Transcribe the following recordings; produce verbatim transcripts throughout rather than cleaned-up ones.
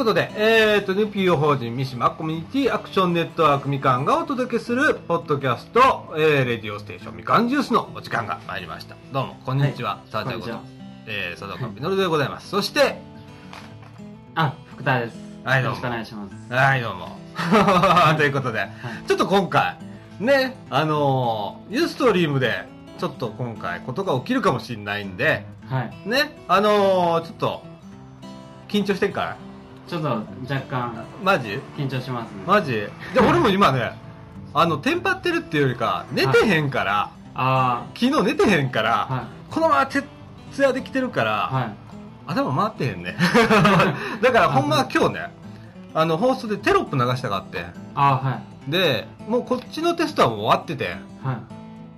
ことで、えーと、エヌピーオー 法人三島コミュニティアクションネットワークみかんがお届けするポッドキャスト、えー、レディオステーションみかんジュースのお時間が参りました。どうもこんにちは、さあということで、えー、佐藤みのるでございます。そしてあ、福田です。 はい、どうもよろしくお願いします。 はい、どうもということで、はい、ちょっと今回ね、あのー、ユーストリームでちょっと今回ことが起きるかもしれないんで、 はい、 ね、あのー、ちょっと緊張してんからちょっと若干マジ緊張しますね。 マジで俺も今ねあのテンパってるっていうよりか寝てへんから、 はい、 昨日寝てへんから、 はい、 このまま徹夜できてるから、はい、頭回ってへんねだからほんまは今日ねあの放送でテロップ流したがあってあ、はい、 でもうこっちのテストはもう終わってて、 はい、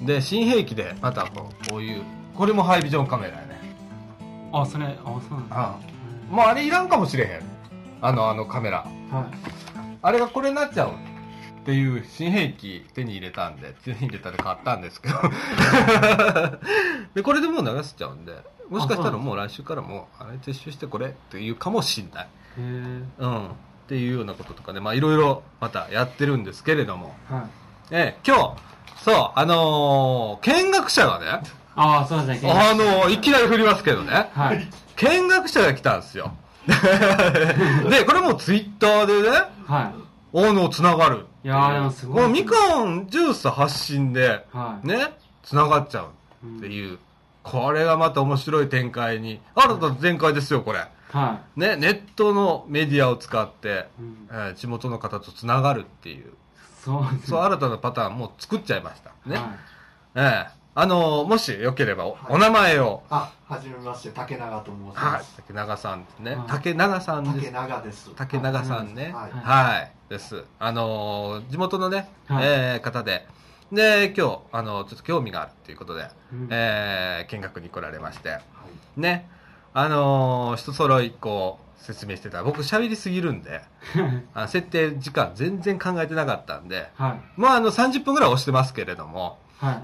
で新兵器でまたこう、こういうこれもハイビジョンカメラやね。 あ、それ、あ、そうなんですか。 ああもうあれいらんかもしれへん、あのあのカメラ、はい、あれがこれになっちゃうっていう新兵器手に入れたんで手に入れたで買ったんですけどでこれでもう流せちゃうんで、もしかしたらもう来週からもうあれ撤収してこれっていうかもしんない、へー、うん、っていうようなこととかね、まあいろいろまたやってるんですけれども、はい、え今日そうあのー、見学者がね、 ああそうですね、 あのー、いきなり振りますけどね、はい、見学者が来たんですよでこれもツイッターでね、はい、おのつながる、 いやーでもすごい、 もうみかんジュース発信で、はい、ねつながっちゃうっていう、うん、これがまた面白い展開に新たな展開ですよこれ、はい、ね、ネットのメディアを使って、うん、えー、地元の方とつながるっていう、そうですね、そう新たなパターンもう作っちゃいましたね、はい、えーあのー、もしよければ お,、はい、お名前を。 あ、はじめまして、竹永と申します。 はい、竹永さんですね。竹永さんです。 竹永です。 竹永さんね。はい。はい、です。あのー、地元のね、はい、えー、方で、で、今日、あのー、ちょっと興味があるっていうことで、うん、えー、見学に来られまして、はい、ね、あのー、一揃い、こう、説明してたら、僕喋りすぎるんで、あ設定時間全然考えてなかったんで、はい、もうあのさんじゅっぷんぐらい押してますけれども、はい、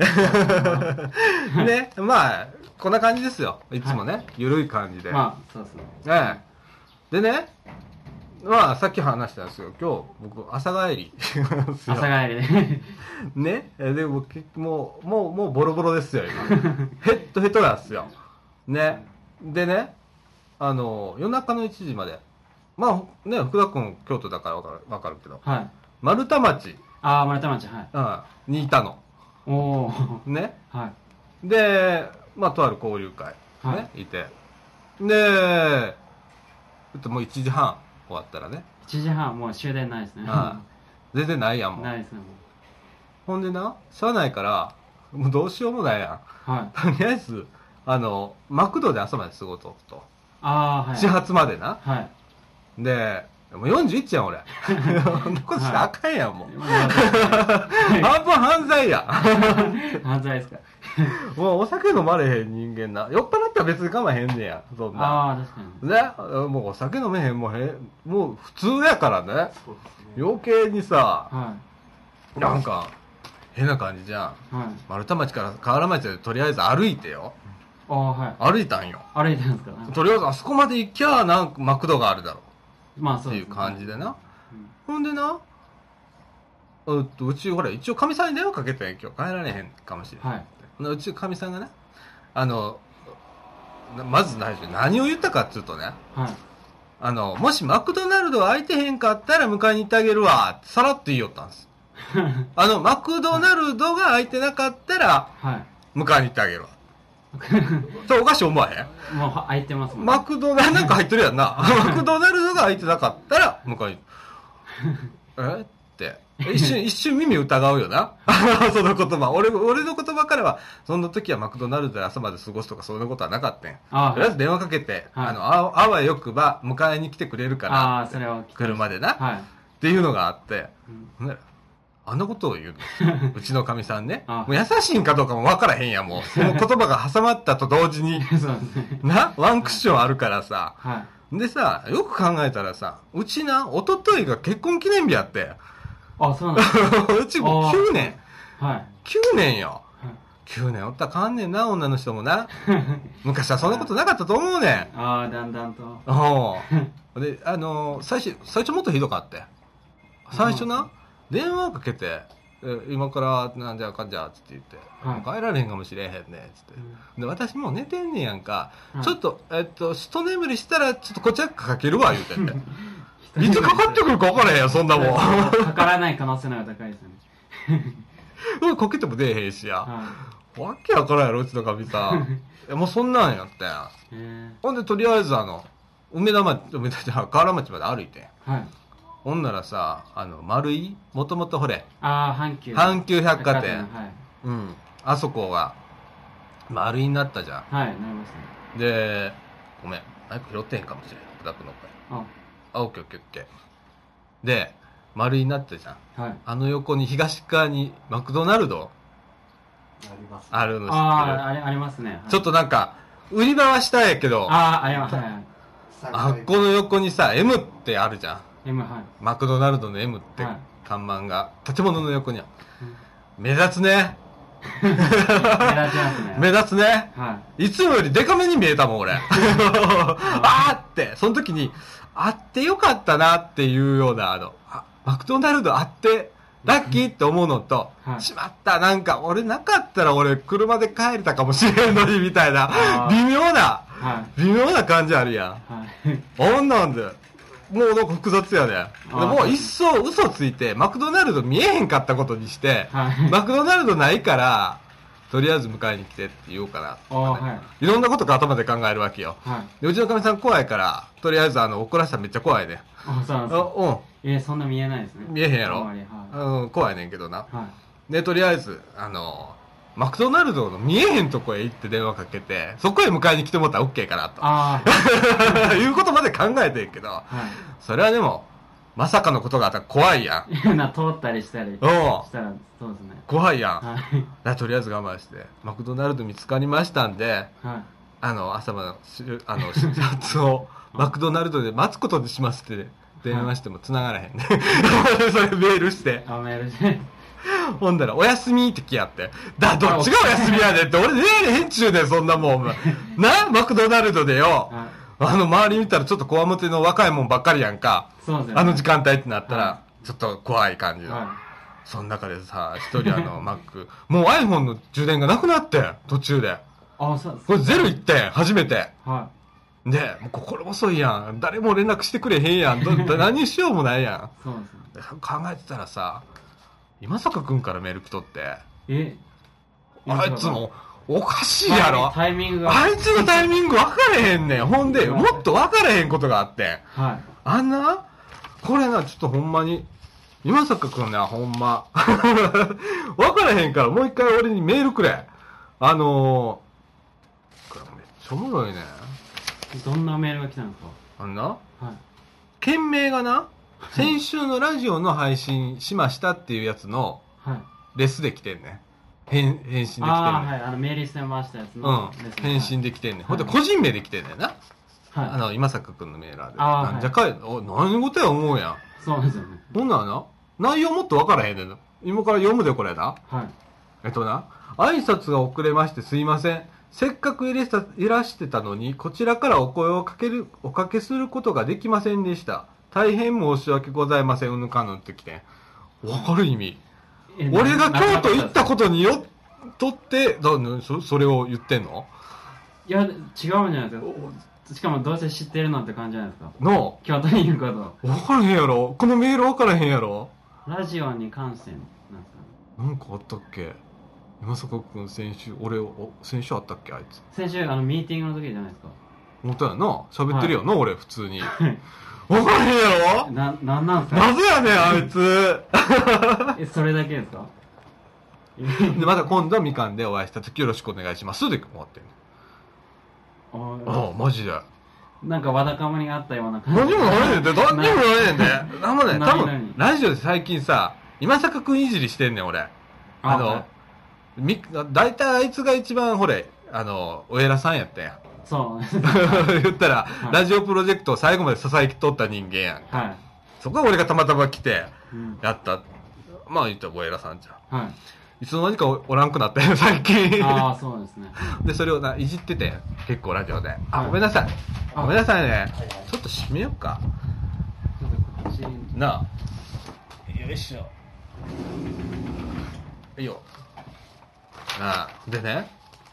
ね、まあこんな感じですよいつもね、はい、ゆるい感じで、まあそうですね、ねでね、まあさっき話したんですよ、今日僕朝帰り朝帰りでね、でももうもうもうボロボロですよ今ヘッドヘッドなんですよね。でね、あの夜中のいちじまで、まあね福田君京都だから分かる、分かるけど、はい、丸太町、 ああ丸太町、はい、うん、にいたの。おね、はい、で、まあとある交流会、ね、はい、いて、でもういちじはん終わったらね、 いちじはんもう終電ないですね、 ああ全然ないやんもん、 ないですね、もうほんでな車内からもうどうしようもないやん、はい、とりあえずあのマクドで朝まで過ごそうと、あ、はい、始発までな、はい、でもうよんじゅういちやん俺そんなことしたらあかんやんもう、はい、半分犯罪や犯罪ですかもうお酒飲まれへん人間な、酔っ払ったら別に構へんねや、そんな、 ああ確かにね、もうお酒飲めへん、もうへもう普通やからね、ね余計にさ、はい、なんか変な感じじゃん、はい、丸太町から河原町でとりあえず歩いてよ、あ、はい、歩いたんよ、 歩いたんですか、 とりあえずあそこまで行きゃなんかマクドがあるだろう、まあそうですね、っていう感じでな、うん、ほんでな、う, うちほら一応かみさんに電話かけて今日帰られへんかもしれない、はい、うちかみさんがね、あのまず何を言ったかっていうとね、はい、あのもしマクドナルド空いてへんかったら迎えに行ってあげるわってさらっと言いよったんですあのマクドナルドが空いてなかったら迎えに行ってあげるわそう、お菓子思わへん、もう空いてますもん、 ね、マクドナルドなんか入ってるやんなマクドナルドが空いてなかったら迎えにえって一瞬一瞬耳疑うよなその言葉、俺俺の言葉からはそんな時はマクドナルドで朝まで過ごすとかそんなことはなかったん。とりあえず電話かけて、はい、あの あ, あわよくば迎えに来てくれるからあそれは車でな、はい、っていうのがあって、うんね、あんなことを言うのうちのかみさんねもう優しいんかどうかも分からへんやん、もうその言葉が挟まったと同時になワンクッションあるからさ、はい、でさよく考えたらさ、うちな一昨日が結婚記念日やって、 あ、そうなんですかうちもきゅうねん、はい、きゅうねんよ、はい、きゅうねんおったらかんねんな、女の人もな昔はそんなことなかったと思うねんああだんだんとおで、あのー、最初、最初もっとひどかったよ。最初な、電話かけて、今からなんじゃかんじゃっつって言って、はい、帰られへんかもしれへんねっつって、うん、で私もう寝てんねんやんか、はい、ちょっとえっと一眠りしたらちょっとこっちかけるわ言うてんていつかかってくるか分からへんやんそんなもんかからない可能性の方が高いですよねうんかけても出えへんしや、はい、わけわからんやろうちのかみさんもうそんなんやったやんほんでとりあえずあの梅田町梅田じゃ河原町まで歩いて、はい、ほんならさ、あの、丸いもともとほれ。 ああ、阪急。 阪急百貨店。はい。うん。あそこが、丸いになったじゃん。 はい、なりますね。 で、ごめん。マイク拾ってへんかもしれん。ブラックの声。あ。あ、オッケーオッケーオッケー。で、丸いになったじゃん。はい。あの横に東側にマクドナルド。 あります、ね。 あるの知ってる。 ああ、あり、ありますね。はい、 ちょっとなんか、売り場は下やけど。 ああ、あります。はい。 あっこの横にさ、M ってあるじゃん。 M、はい、 マクドナルドの M って看板が建物の横には、うん、目立つね目立ちますね目立つね、はい、いつもよりデカめに見えたもん俺あーってその時にあってよかったなっていうようなあのあマクドナルドあってラッキーって思うのと、はい、しまったなんか俺なかったら俺車で帰れたかもしれんのにみたいな微妙な、はい、微妙な感じあるやん、はい、あんなんでもうなんか複雑やね。でもう一層嘘ついて、マクドナルド見えへんかったことにして、はい、マクドナルドないから、とりあえず迎えに来てって言おうかな、ねはい。いろんなことが頭で考えるわけよ。はい、でうちのかみさん怖いから、とりあえずあの怒らせたらめっちゃ怖いね。 あ、そうなんですか。うん。えー、そんな見えないですね。 見えへんやろ、はいうん、怖いねんけどな。はい、で、とりあえず、あの、マクドナルドの見えへんとこへ行って電話かけて、そこへ迎えに来てもらったら OK かなと。あいうことまで考えてんけど、はい、それはでも、まさかのことがあったら怖いやん。な通ったりしたりしたら、そうですね。 怖いやん。はい、だとりあえず我慢して、マクドナルド見つかりましたんで、はい、あの、朝まであの、視察をマクドナルドで待つことにしますって電話しても繋がらへんね。それメールして。 あ、メールして。 ほんだら、お休みって来やって。だ、どっちがお休みやねんって、俺ねえへんちゅうねん、そんなもん。な、マクドナルドでよ。あの、周り見たらちょっとこわもての若いもんばっかりやんか。そうですね。あの時間帯ってなったら、ちょっと怖い感じの。はい、その中でさ、一人あの、マック。もう iPhone の充電がなくなってん、途中で。あ、そうこれゼロいってん、初めて。はい。で、もう心細いやん。誰も連絡してくれへんやん。ど何しようもないやん。そうですね。考えてたらさ、今坂くんからメール来とって。えあいつも、おかしいやろタイミングが。 あいつのタイミング分かれへんねん。ほんで、もっと分かれへんことがあってん。はい。あんなこれな、ちょっとほんまに、今坂くんな、ほんま。分からへんから、もう一回俺にメールくれ。あのー、これめっちゃおもろいね。 どんなメールが来たんですか？ あんなはい。件名がな、先週のラジオの配信しましたっていうやつのレスで来てんね。返返信で来てんね。 ああ、はい。あのメールしてましたやつのレス、うん。返信で来てんね。ほんで個人名で来てんねんな。はい。あの、今坂くんのメーラーで。ああ。なんじゃかい、お、何事や思うやん。 そうですよね。 ほんならな、内容もっとわからへんねん。今から読むでこれな。はい。えっとな、挨拶が遅れましてすいません。せっかくいらしたいらしてたのに、こちらからお声をかける、おかけすることができませんでした。大変申し訳ございません、うぬかぬってきて。わかる意味。俺が京都行ったことによっとって、だそ、それを言ってんの？ いや、違うんじゃないですか。しかもどうして知ってるのって感じじゃないですか。の京都にいること。 わからへんやろ。このメールわからへんやろ。 ラジオに関してなんですかね。 なんかあったっけ？今坂くん先週、俺を、先週あったっけあいつ。 先週、あの、ミーティングの時じゃないですか。 本当やな。喋ってるよな、はい、俺、普通に。わからへんやろな、なんなんすか？ なぜやねん、あいつ。 え、それだけですか？ で、また今度はみかんでお会いした時よろしくお願いします。で終わってんねん。ああ、マジで。 なんかわだかまりがあったような感じ。 何にもないねんで、何にもないねんで。なんもね、多分、ラジオで最近さ、今坂くんいじりしてんねん、俺。あの、はいみ、だいたいあいつが一番、ほれ、あの、お偉さんやったやん。 そう。 言ったら、はい、ラジオプロジェクトを最後まで支えきとった人間やん。はい。そこは俺がたまたま来て、やった。うん、まあ言ったらお偉さんじゃん。はい。 いつの間にか お, おらんくなったよ最近。 ああそうですね。 でそれをないじってて結構ラジオで、あ、ごめんなさいごめんなさいね、ちょっと閉めようかなあ。よいしょ、いいよなあ。でね、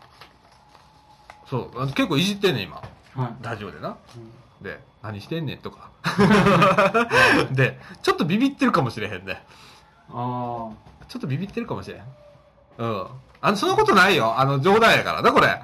そう結構いじってんねん今、はい、ラジオでな、うん、で何してんねんとかでちょっとビビってるかもしれへんね。ああちょっとビビってるかもしれん。うんあのそんなことないよ、あの冗談やからなこれ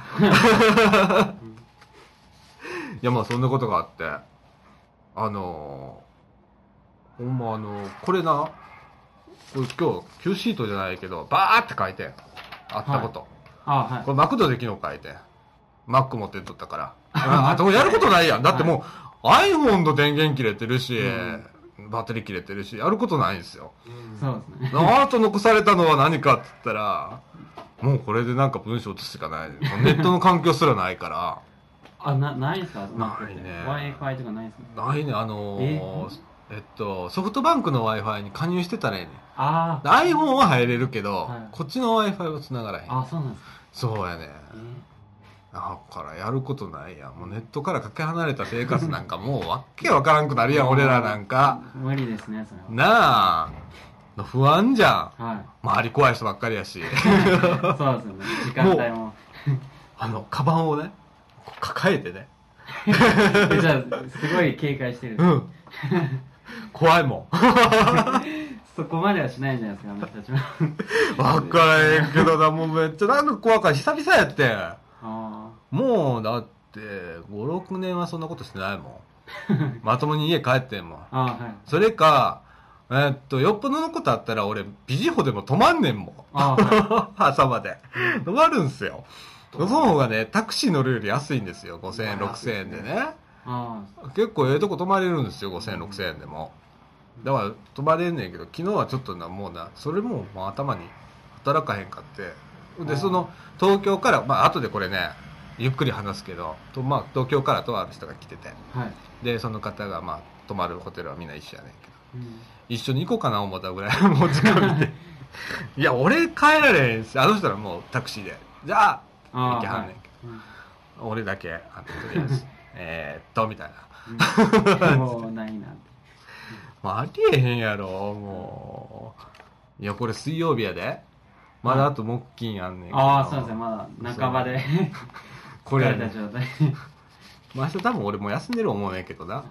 いやまあそんなことがあって、あのー、ほんまあのー、これな、これ今日 Q シートじゃないけどバーって書いてあったこと、はい、あ、はい、これマクドで昨日書いて Mac 持ってっとったからあとやることないやん。だってもう、はい、iPhone の電源切れてるし、うん、バッテリー切れてるしやることないんですよ、うん、そうですね。あと残されたのは何かって言ったらもうこれでなんか文章打つしかない。ネットの環境すらないからあ、な、ないですか？ ないね。 Wi-Fi とかないですか？ ないね。あのー、えっと、ソフトバンクの Wi-Fi に加入してたらええねん。ああ。iPhone は入れるけど、はい、こっちの Wi-Fi は繋がらへん。 あ、そうなんですか？ そうやね。だからやることないやん。もうネットからかけ離れた生活なんかもうわっけわからんくなるやん、俺らなんか。 無理ですね、それは。 なあ。不安じゃん。 はい。 周り怖い人ばっかりやし。 そうですよね。時間帯も。もあの、カバンをね、抱えてね。 じゃあ、すごい警戒してる。 うん。怖いもん。 そこまではしないんじゃないですか、あの人たちも。 わからへんけどな、もうめっちゃなんか怖かった。久々やって。あもう、だって、ご、ろくねんはそんなことしてないもん。まともに家帰ってんもん。あ、はい、それか、えー、っと、よっぽどのことあったら俺、ビジホでも泊まんねんもん。あ、はい、朝まで。泊まるんすよ。その方がね、タクシー乗るより安いんですよ。ごせんえん、ろくせんえんでね。あ結構ええとこ泊まれるんですよ。ごせんえん、ろくせんえんでも。だから泊まれんねんけど、昨日はちょっとな、もうな、それももう頭に働かへんかって。で、その、東京から、まあ後でこれね、ゆっくり話すけど、とまあ東京からとある人が来てて。はい、で、その方がまあ泊まるホテルはみんな一緒やねんけど。うん、一緒に行こうかな思ったぐらいもう時間見て。いや、俺帰られへんし、あの人らもうタクシーで。じゃあ、行けはんねんけど、はいうん、俺だけあのとりあえずえっとみたいな、うん、もうないなってもうありえへんやろもう。いやこれ水曜日やでまだあと木金あんねんけど、 ああそうですね、まだ半ばでこれ、ね、明日多分俺もう休んでる思うねんけどな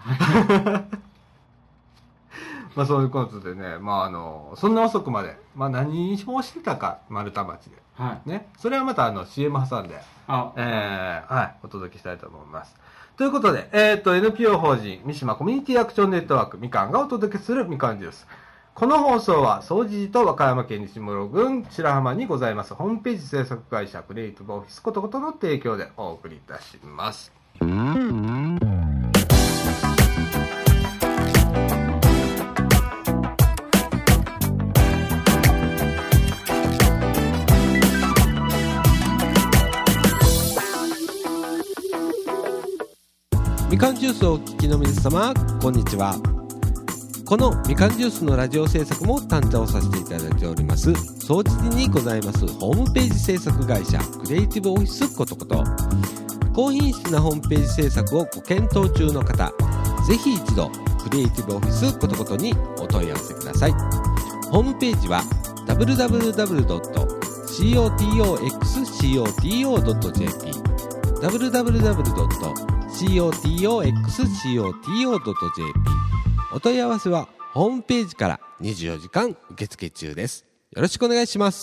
まあそういうことでね、まああのそんな遅くまで、まあ何をしてたか丸太町で、はい、ね、それはまたあの シーエム 挟んで、あ、えー、はい、お届けしたいと思います。ということで、えっと エヌピーオー 法人三島コミュニティアクションネットワークみかんがお届けするみかんジュース。この放送は総除寺と和歌山県西室郡白浜にございますホームページ制作会社クリエイティブオフィスことことの提供でお送りいたします。 みかんジュースをお聞きの皆様、こんにちは。このみかんジュースのラジオ制作も担当させていただいております総除寺にございますホームページ制作会社クリエイティブオフィスことこと。高品質なホームページ制作をご検討中の方、ぜひ一度クリエイティブオフィスことことにお問い合わせください。ホームページは ダブリューダブリューダブリュードットコトコトドットジェーピー ダブリューダブリューダブリュードットコトコトドットジェーピー お問い合わせはホームページからにじゅうよじかん受付中です。よろしくお願いします。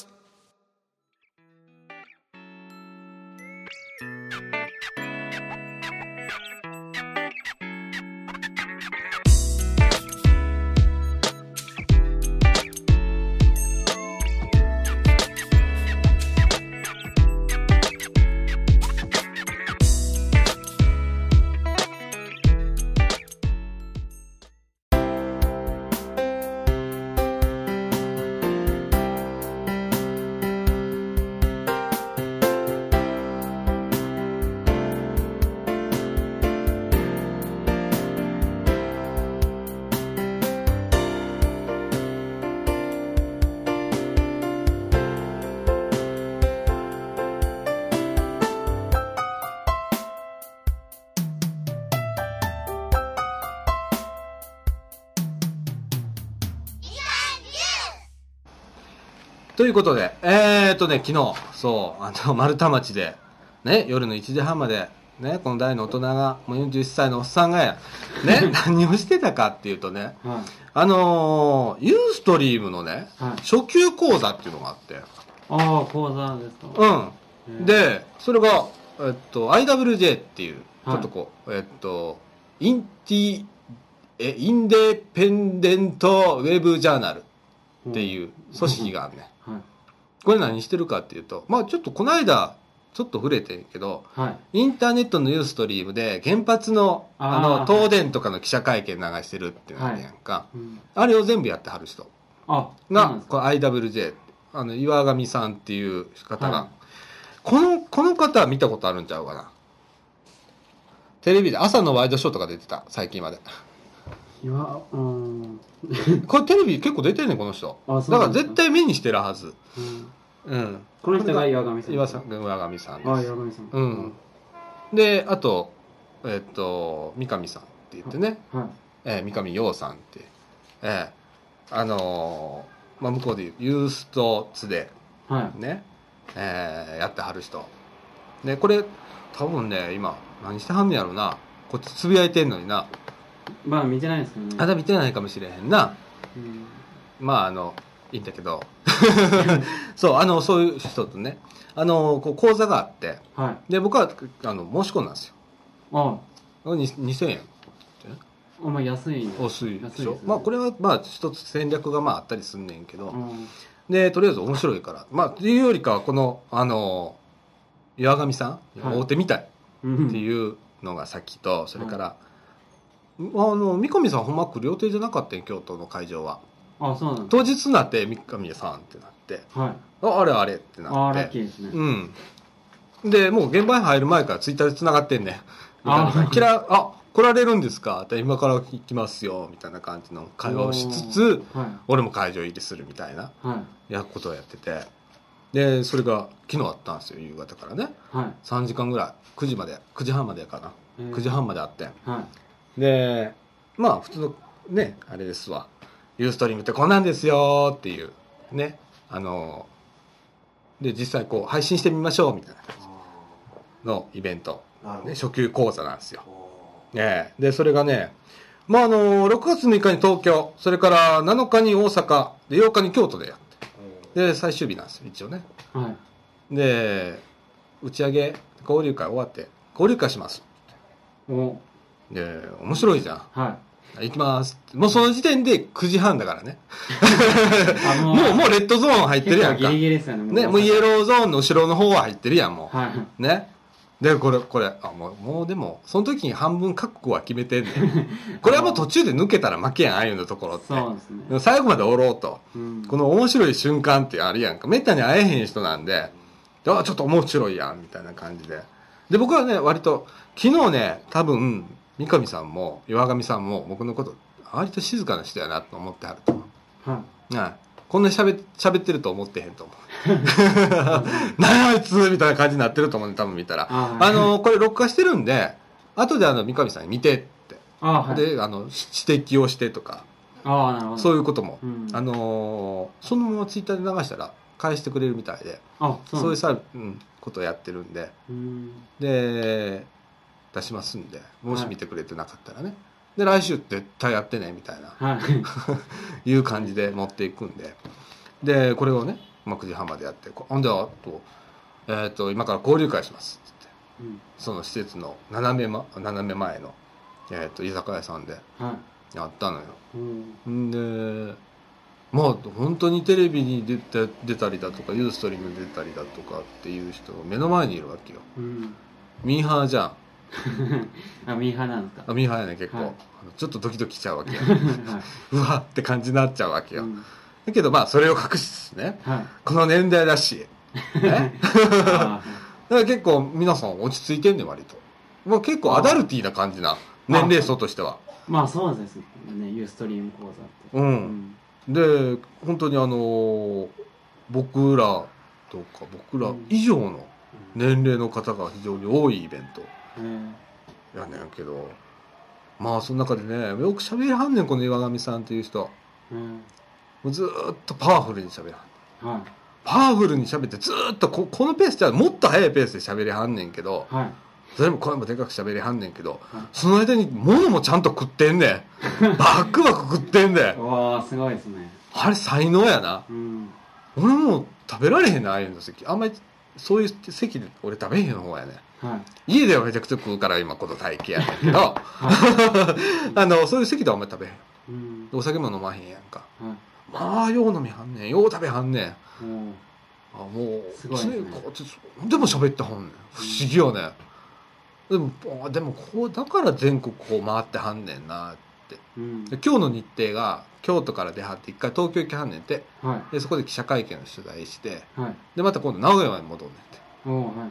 ということで、えーっとね、昨日、そう、あの、丸太町で、ね、夜のいちじはんまで、ね、この大の大人が、もうよんじゅういっさいのおっさんがや、ね、何をしてたかっていうとね、はい、あのー、ユーストリームのね、はい、初級講座っていうのがあって。 ああ、講座ですか。 うん。で、それが、えっと、アイダブリュージェー っていう、ちょっとこう、はい、えっと、インティ、え、インデペンデントウェブジャーナルっていう組織があるね。はい、これ何してるかっていうと、まあちょっとこの間、ちょっと触れてるけど、はい、インターネットのユーストリームで原発のあの東電とかの記者会見流してるっていうのやんか、はいうん、あれを全部やってはる人がこの アイダブリュージェー あの岩上さんっていう方が、はい、このこの方は見たことあるんちゃうかな。テレビで朝のワイドショーとか出てた最近まで。 いやうんこれテレビ結構出てるねこの人。だから絶対目にしてるはず。うん、うんこの人が岩上さん。 岩さん、岩上さんです。 あ、岩上さん。 うん。で、あと、えっと、三上さんって言ってね、はい、えー、三上洋さんって、えー、あのー、まあ、向こうで言う、ユーストツで、はい、ね、えー、やってはる人。で、これ、多分ね、今、何してはんねやろな。こっちつぶやいてんのにな。 まあ、見てないですけどね。 あ、だ見てないかもしれへんな。うん、まあ、あの、いいんだけどそうあのそういう人とねあのこう講座があって、はい、で僕はあの申し込んだんですよ。ああにせんえんあまあ安い安いでしょ、ね、まあこれはまあ一つ戦略がまああったりすんねんけど、うん、でとりあえず面白いからまあっていうよりかはこのあの岩上さん、はい、会うてみたいっていうのが先と、それから、はい、あの三上さんほんま来る予定じゃなかったん京都の会場は。 あそうなん当日になって三上さんってなって、はい、ああれあれってなって、 あラッキーですね。 うんでもう現場に入る前からツイッターでつながってんね。あキラあ来られるんですかって今から行きますよみたいな感じの会話をしつつ、はい、俺も会場入りするみたいな、はい、やことをやってて、でそれが昨日あったんですよ夕方からね、はい、さんじかんぐらいくじまでくじはんまでやかなくじはんまであって、はい、でまあ普通のねあれですわユーストリームってこんなんですよっていうねあので実際こう配信してみましょうみたいな感じのイベント、ね、初級講座なんですよ、ね、でそれがねまああのろくがつむいかに東京それからなのかに大阪でようかに京都でやってで最終日なんですよ一応ね、はい、で打ち上げ交流会終わって交流会しますおで面白いじゃん、はい行きますもうその時点でくじはんだからねもうもうレッドゾーン入ってるやんかギリギリですよね。 ねもうイエローゾーンの後ろの方は入ってるやんもう、はい、ねでこれこれあもうもうでもその時に半分覚悟は決めてんねんこれはもう途中で抜けたら負けやんああいうのところってそうですね最後までおろうと、うん、この面白い瞬間ってあるやんかめったに会えへん人なんであちょっと面白いやんみたいな感じでで僕はね割と昨日ね多分三上さんも岩上さんも僕のこと割と静かな人やなと思ってはると思う、はいはい、こんなにしゃべってると思ってへんと思う何やあいつみたいな感じになってると思うね多分見たら あ,、はい、あのこれ録画してるんで後であの三上さんに見てってあ、はい、であの指摘をしてとかあなるほどそういうことも、うん、あのそのままツイッターで流したら返してくれるみたいであ そ, うそういうさ、うん、ことをやってるんで、うん、で出しますんでもし見てくれてなかったらね、はい、で来週絶対やってねみたいな、はい、いう感じで持っていくんででこれをね、まあ、くじはんまでやってほんであと、えー、と今から交流会しますって言って、うん、その施設の斜め、ま、斜め前の、えー、と居酒屋さんでやったのよ、うん、でまあ本当にテレビに出て出たりだとかユーストリームに出たりだとかっていう人が目の前にいるわけよ、うん、ミーハーじゃんあミーハーなんですか。 あミーハーやね結構、はい、ちょっとドキドキしちゃうわけよ、はい、うわって感じになっちゃうわけよ、うん、だけどまあそれを隠しつつね、はい、この年代だし、ね、だから結構皆さん落ち着いてんね割と、まあ、結構アダルティーな感じな年齢層としてはまあそうですねユーストリーム講座ってうん、うん、で本当にあの僕らとか僕ら以上の年齢の方が非常に多いイベントやねんけど、まあその中でねよく喋りはんねんこの岩上さんっていう人、うん、もうずっとパワフルに喋りはんねん、はい、 パワフルに喋ってずーっと こ, このペースじゃもっと速いペースで喋りはんねんけど、はい、それも声もでかく喋りはんねんけど、はい、その間に物もちゃんと食ってんねんバックバック食ってんねんわーすごいですね。 あれ才能やな、うん、俺も食べられへんねんああいうの席あんまりそういう席で俺食べへんの方やね、はい、家ではめちゃくちゃ食うから今この体型やねんけど、はい、あのそういう席ではあんまり食べへん、うん、お酒も飲まへんやんか、はい、まあよう飲みはんねんよう食べはんねん、うん、あもうすごいですね、 でも喋ってはんねん不思議よね、うん、でもでもこうだから全国こう回ってはんねんなって、うん、で今日の日程が京都から出はって一回東京行きはんねんて、はい、でそこで記者会見を取材して、はい、でまた今度名古屋に戻んねんて、はい、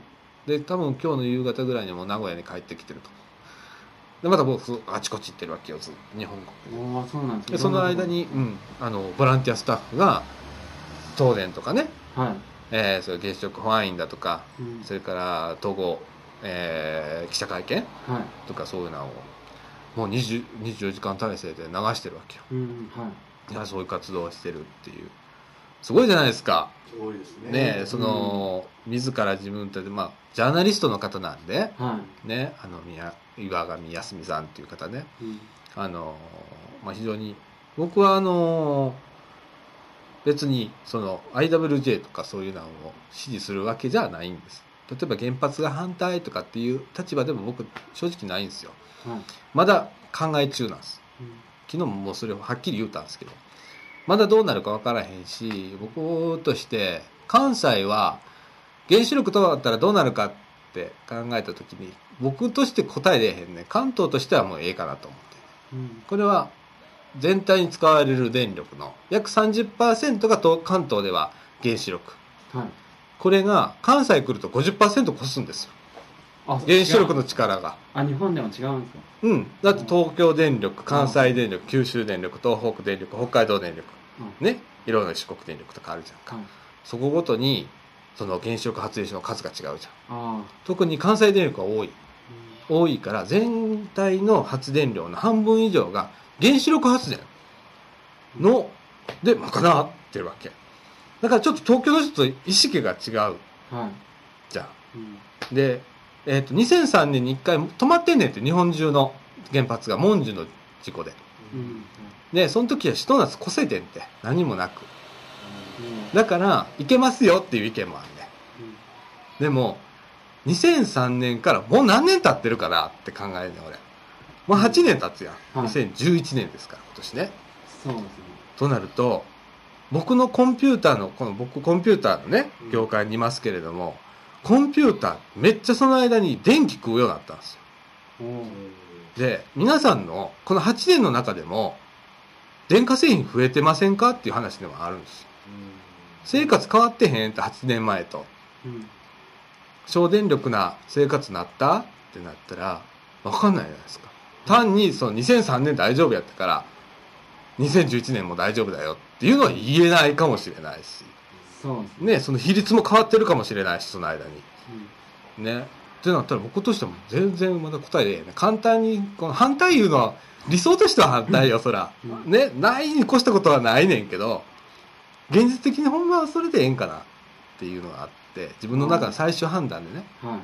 で多分今日の夕方ぐらいにも名古屋に帰ってきてるとでまた僕あちこち行ってるわけよ日本国で。そうなんですね。 でその間に、うん、あのボランティアスタッフが東電とかね、はいえー、それ原子力保安院だとか、うん、それから統合、えー、記者会見、はい、とかそういうのをもうにじゅうよじかん体制で流してるわけよ、うんはい、いやそういう活動をしてるっていうすごいじゃないですか。 すごいですね。 ねその、うん、自ら自分たちでまあジャーナリストの方なんで、はい、ねあの宮岩上康美さんっていう方ね、うん、あのまあ非常に僕はあの別にその アイダブリュージェー とかそういうのを支持するわけじゃないんです。例えば原発が反対とかっていう立場でも僕正直ないんですよ、はい、まだ考え中なんです、うん、昨日ももうそれをはっきり言うたんですけどまだどうなるか分からへんし僕として関西は原子力とだったらどうなるかって考えた時に僕として答え出えへんね関東としてはもうええかなと思って、うん、これは全体に使われる電力の約 さんじゅっパーセント が関東では原子力、はい、これが関西来ると ごじゅっパーセント 越すんですよ。あ原子力の力があ日本でも違うんですか。 うんだって東京電力関西電力九州電力東北電力北海道電力、うん、ねいろんな四国電力とかあるじゃんか、うん、そこごとにその原子力発電所の数が違うじゃん。あ特に関西電力が多い、うん、多いから全体の発電量の半分以上が原子力発電ので賄ってるわけだからちょっと東京の人と意識が違う、はい、じゃん、うん、で、えー、とにせんさんねんにいっかい止まってんねんって日本中の原発が文殊の事故で、うん、でその時はひと夏越せてんって何もなく、うん、だから行けますよっていう意見もあるね、うん、でもにせんさんねんからもう何年経ってるかなって考えるね俺もうはちねん経つやん、はい、にせんじゅういちねんですから今年ね。 そうですね。 となると僕のコンピューターのこの僕コンピューターのね業界にいますけれども、うん、コンピューターめっちゃその間に電気食うようになったんですよ、うん、で皆さんのこのはちねんの中でも電化製品増えてませんかっていう話でもあるんですよ、うん、生活変わってへんってはちねんまえと、うん、省電力な生活になったってなったら分かんないじゃないですか。単にそのにせんさんねん大丈夫やったからにせんじゅういちねんも大丈夫だよっていうのは言えないかもしれないし、 そうですね、その比率も変わってるかもしれないしその間に、うん、ねってなったら僕としても全然まだ答えで簡単にこの反対いうのは理想としては反対よそら、うん、ねないに越したことはないねんけど現実的にほんまはそれでええんかなっていうのがあって自分の中の最終判断でね、はい、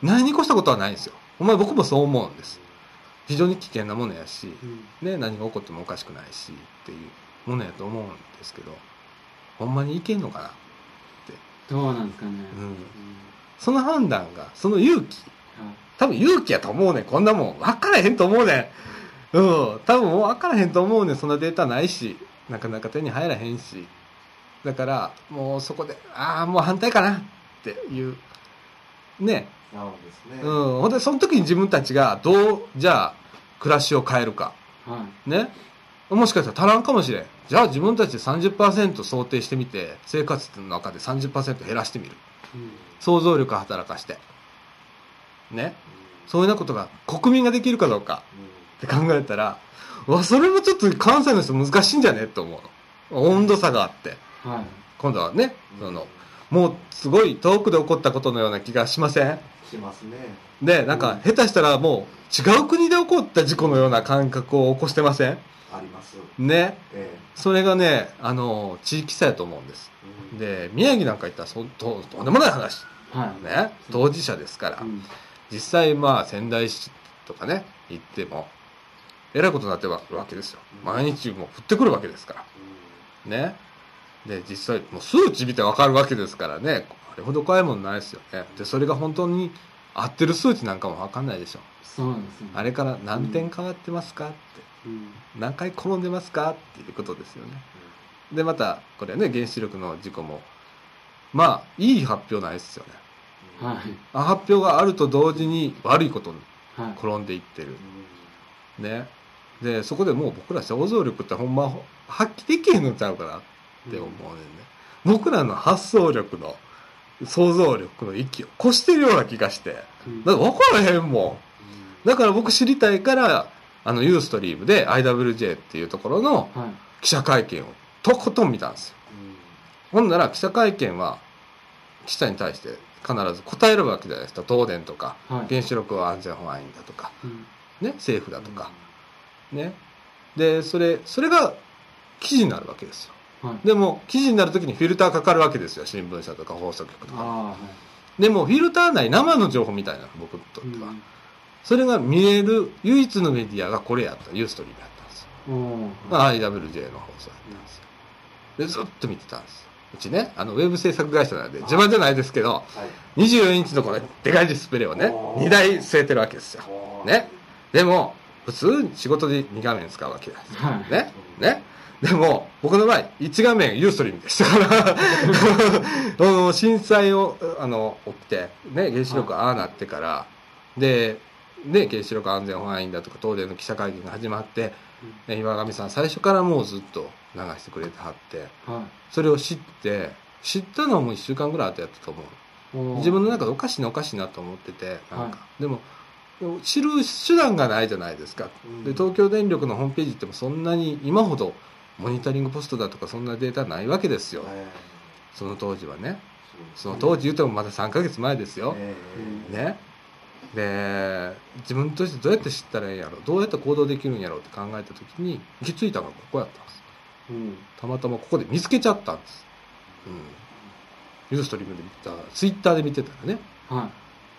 ないに越したことはないんですよ。お前僕もそう思うんです。非常に危険なものやし、うんね、何が起こってもおかしくないしっていうものやと思うんですけどほんまにいけんのかなってどうなんですかね、うんうん、 その判断がその勇気、多分勇気やと思うねんこんなもん分からへんと思うねん、うん、多分もう分からへんと思うねんそんなデータないしなかなか手に入らへんしだからもうそこでああもう反対かなっていうねなるですね、 うん、ほんでその時に自分たちがどうじゃあ暮らしを変えるか、はい、ねもしかしたら足らんかもしれん。じゃあ自分たちで さんじゅっパーセント 想定してみて生活の中で さんじゅっパーセント 減らしてみる、うん、想像力を働かしてね、うん、そういうようなことが国民ができるかどうかって考えたら、うん、わそれもちょっと関西の人難しいんじゃねと思うの。温度差があって、はい、今度はね、うん、そのもうすごい遠くで起こったことのような気がしません？ しますね。 でなんか下手したらもう違う国で起こった事故のような感覚を起こしてません？ ありますね、ええ、それがねあの地域差やと思うんです、うんで宮城なんか行ったらそととんでもない話、 はいね、当事者ですから、うん、実際まあ仙台市とかね行ってもえらいことになってるわけですよ。毎日も降ってくるわけですからね。で実際もう数値見てわかるわけですからね、あれほど怖いもんないですよね。でそれが本当に合ってる数値なんかもわかんないでしょ。 そうですね。 あれから何点変わってますかって、うん、何回転んでますかっていうことですよね。でまたこれね原子力の事故もまあいい発表ないですよね。 はい、 発表があると同時に悪いことに転んでいってる、はい、ね。でそこでもう僕ら想像力ってほんま発揮できへんのちゃうかなって思うねんね、うん、僕らの発想力の想像力の域を越してるような気がして、うん、だから分からへんもん、だから僕知りたいからあのユーストリームで アイダブリュージェー っていうところの記者会見をとことん見たんですよ、うん、ほんなら記者会見は記者に対して必ず答えるわけじゃないですか。東電とか、はい、原子力安全保安院だとか、うん、ね、政府だとか、うん、ね。でそれそれが記事になるわけですよ、はい、でも記事になるときにフィルターかかるわけですよ。新聞社とか放送局とか、はい、でもフィルター内生の情報みたいなの僕にとっては、うん、それが見える唯一のメディアがこれやったユーストリームやったんですよ、うん、アイダブリュージェー の放送やったんですよ。でずっと見てたんですよ。うちねあのウェブ制作会社なんで自慢じゃないですけど、はい、にじゅうよんインチのこのでかいディスプレイをねにだい据えてるわけですよ、ね。でも普通仕事でに画面使うわけなんですよ、はい、ねね。でも僕の場合いち画面ユーストリームでしたからあの震災をあの起きて、ね、原子力ああなってから、はい、で、ね、原子力安全保安院だとか東電の記者会見が始まって、うん、岩上さん最初からもうずっと流してくれてはって、はい、それを知って知ったのはもういっしゅうかんぐらい後やったと思う。自分の中でおかしいなおかしいなと思っててなんか、はい、でも知る手段がないじゃないですか、うん、で東京電力のホームページってもそんなに今ほどモニタリングポストだとかそんなデータないわけですよ、えー、その当時はね。その当時言うてもまださんかげつまえですよ、えー、ね。で自分としてどうやって知ったらいいんやろどうやって行動できるんやろって考えた時に行き着いたのがここやったんです、うん、たまたまここで見つけちゃったんです、うん、ユーストリームで見たツイッターで見てたらね、はい、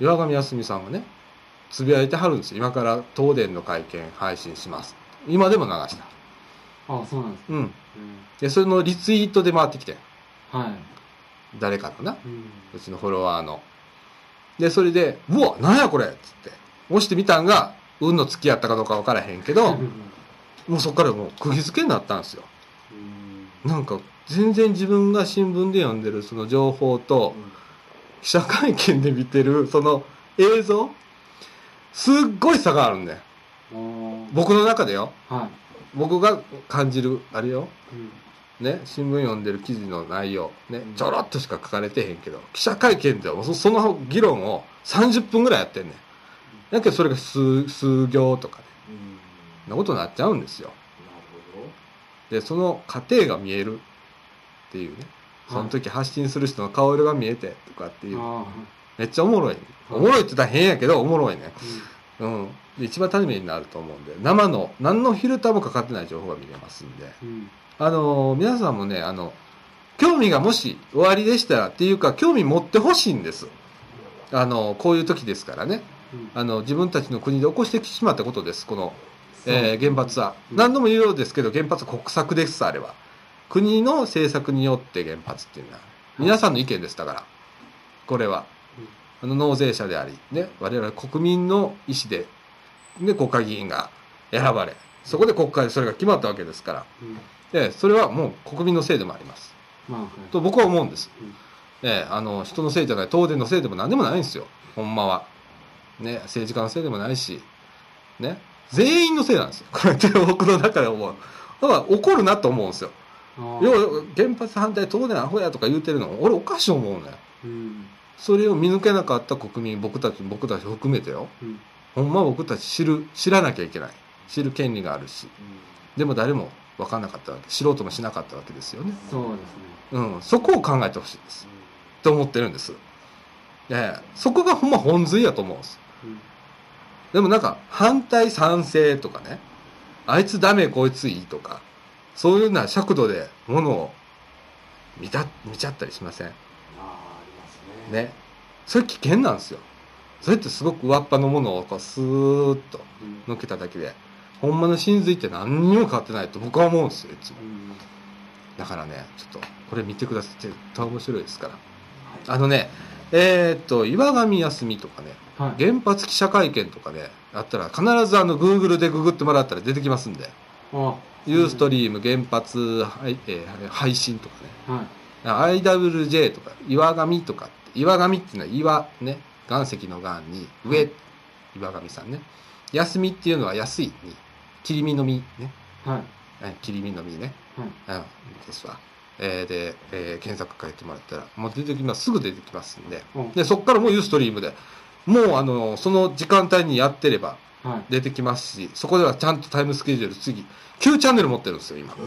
岩上康美さんがねつぶやいてはるんですよ。今から東電の会見配信します。今でも流した。 ああそうなんですか、 うん、でそれのリツイートで回ってきて、 はい、 誰かのな、うん、うちのフォロワーのでそれでうわなんやこれっつって押してみたんが運の付き合ったかどうか分からへんけどもうそっからもう釘付けになったんですよ。うんなんか全然自分が新聞で読んでるその情報と、うん、記者会見で見てるその映像すっごい差があるんだよ僕の中でよ、はい、僕が感じるあれよ、うんね、新聞読んでる記事の内容、ね、ちょろっとしか書かれてへんけど記者会見ではその議論をさんじゅっぷんぐらいやってんねん。だけどそれが 数, 数行とかね、うん、なことになっちゃうんですよ。なるほど。でその過程が見えるっていうね、その時発信する人の顔色が見えてとかっていう、はい、めっちゃおもろい、ね、おもろいって言ったら変やけどおもろいね、うんうん、で一番ためになると思うんで生の何のフィルターもかかってない情報が見れますんで、うんあの皆さんもねあの興味がもしおありでしたらっていうか興味持ってほしいんです。あのこういう時ですからね、うん、あの自分たちの国で起こしてしまったことです。この、えー、原発は、うん、何度も言うようですけど原発は国策です。あれは国の政策によって原発っていうのは皆さんの意見です。だからこれはあの納税者であり、ね、我々国民の意思で、ね、国会議員が選ばれそこで国会でそれが決まったわけですから、うんでそれはもう国民のせいでもあります、まあはい、と僕は思うんです、うんえあの人のせいじゃない東電のせいでも何でもないんですよほんまは、ね、政治家のせいでもないし、ね、全員のせいなんですよこれって僕の中で思うだから怒るなと思うんですよ。要は原発反対東電アホやとか言うてるの俺おかしい思うのよ、うん、それを見抜けなかった国民僕たち僕たち含めてよ、うん、ほんま僕たち知る知らなきゃいけない知る権利があるし、うん、でも誰も分かんなかったわけ知ろうともしなかったわけですよね。 そうですね、 うん、そこを考えてほしいです、うん、と思ってるんです、ね、そこがほんま本髄やと思うんです、うん、でもなんか反対賛成とかねあいつダメこいついいとかそういうような尺度でものを見た見ちゃったりしません？あありますね。 ね、それ危険なんですよ。それってすごく上っ端のものをこうスーッとのっけただけで、ほんまの真髄って何にも変わってないと僕は思うんですよいつも。だからね、ちょっとこれ見てください。絶対面白いですから。あのね、えー、っと岩上康美とかね、はい、原発記者会見とかねあったら必ずあの Google でググってもらったら出てきますんで、ユーストリーム原発、はいえー、配信とかね、はい、アイダブリュージェー とか岩上とか、岩上っていうのは岩ね、岩石の岩に上、はい、岩上さんね、休みっていうのは安いに切り身の実ね、はい、切り身の実ね、はい、うんですわ。えー、で、えー、検索かけてもらったらもう出てきます。すぐ出てきますんで、うん、でそこからもうユーストリームでもうあのその時間帯にやってれば出てきますし、はい、そこではちゃんとタイムスケジュール次きゅうチャンネル持ってるんですよ今、うん、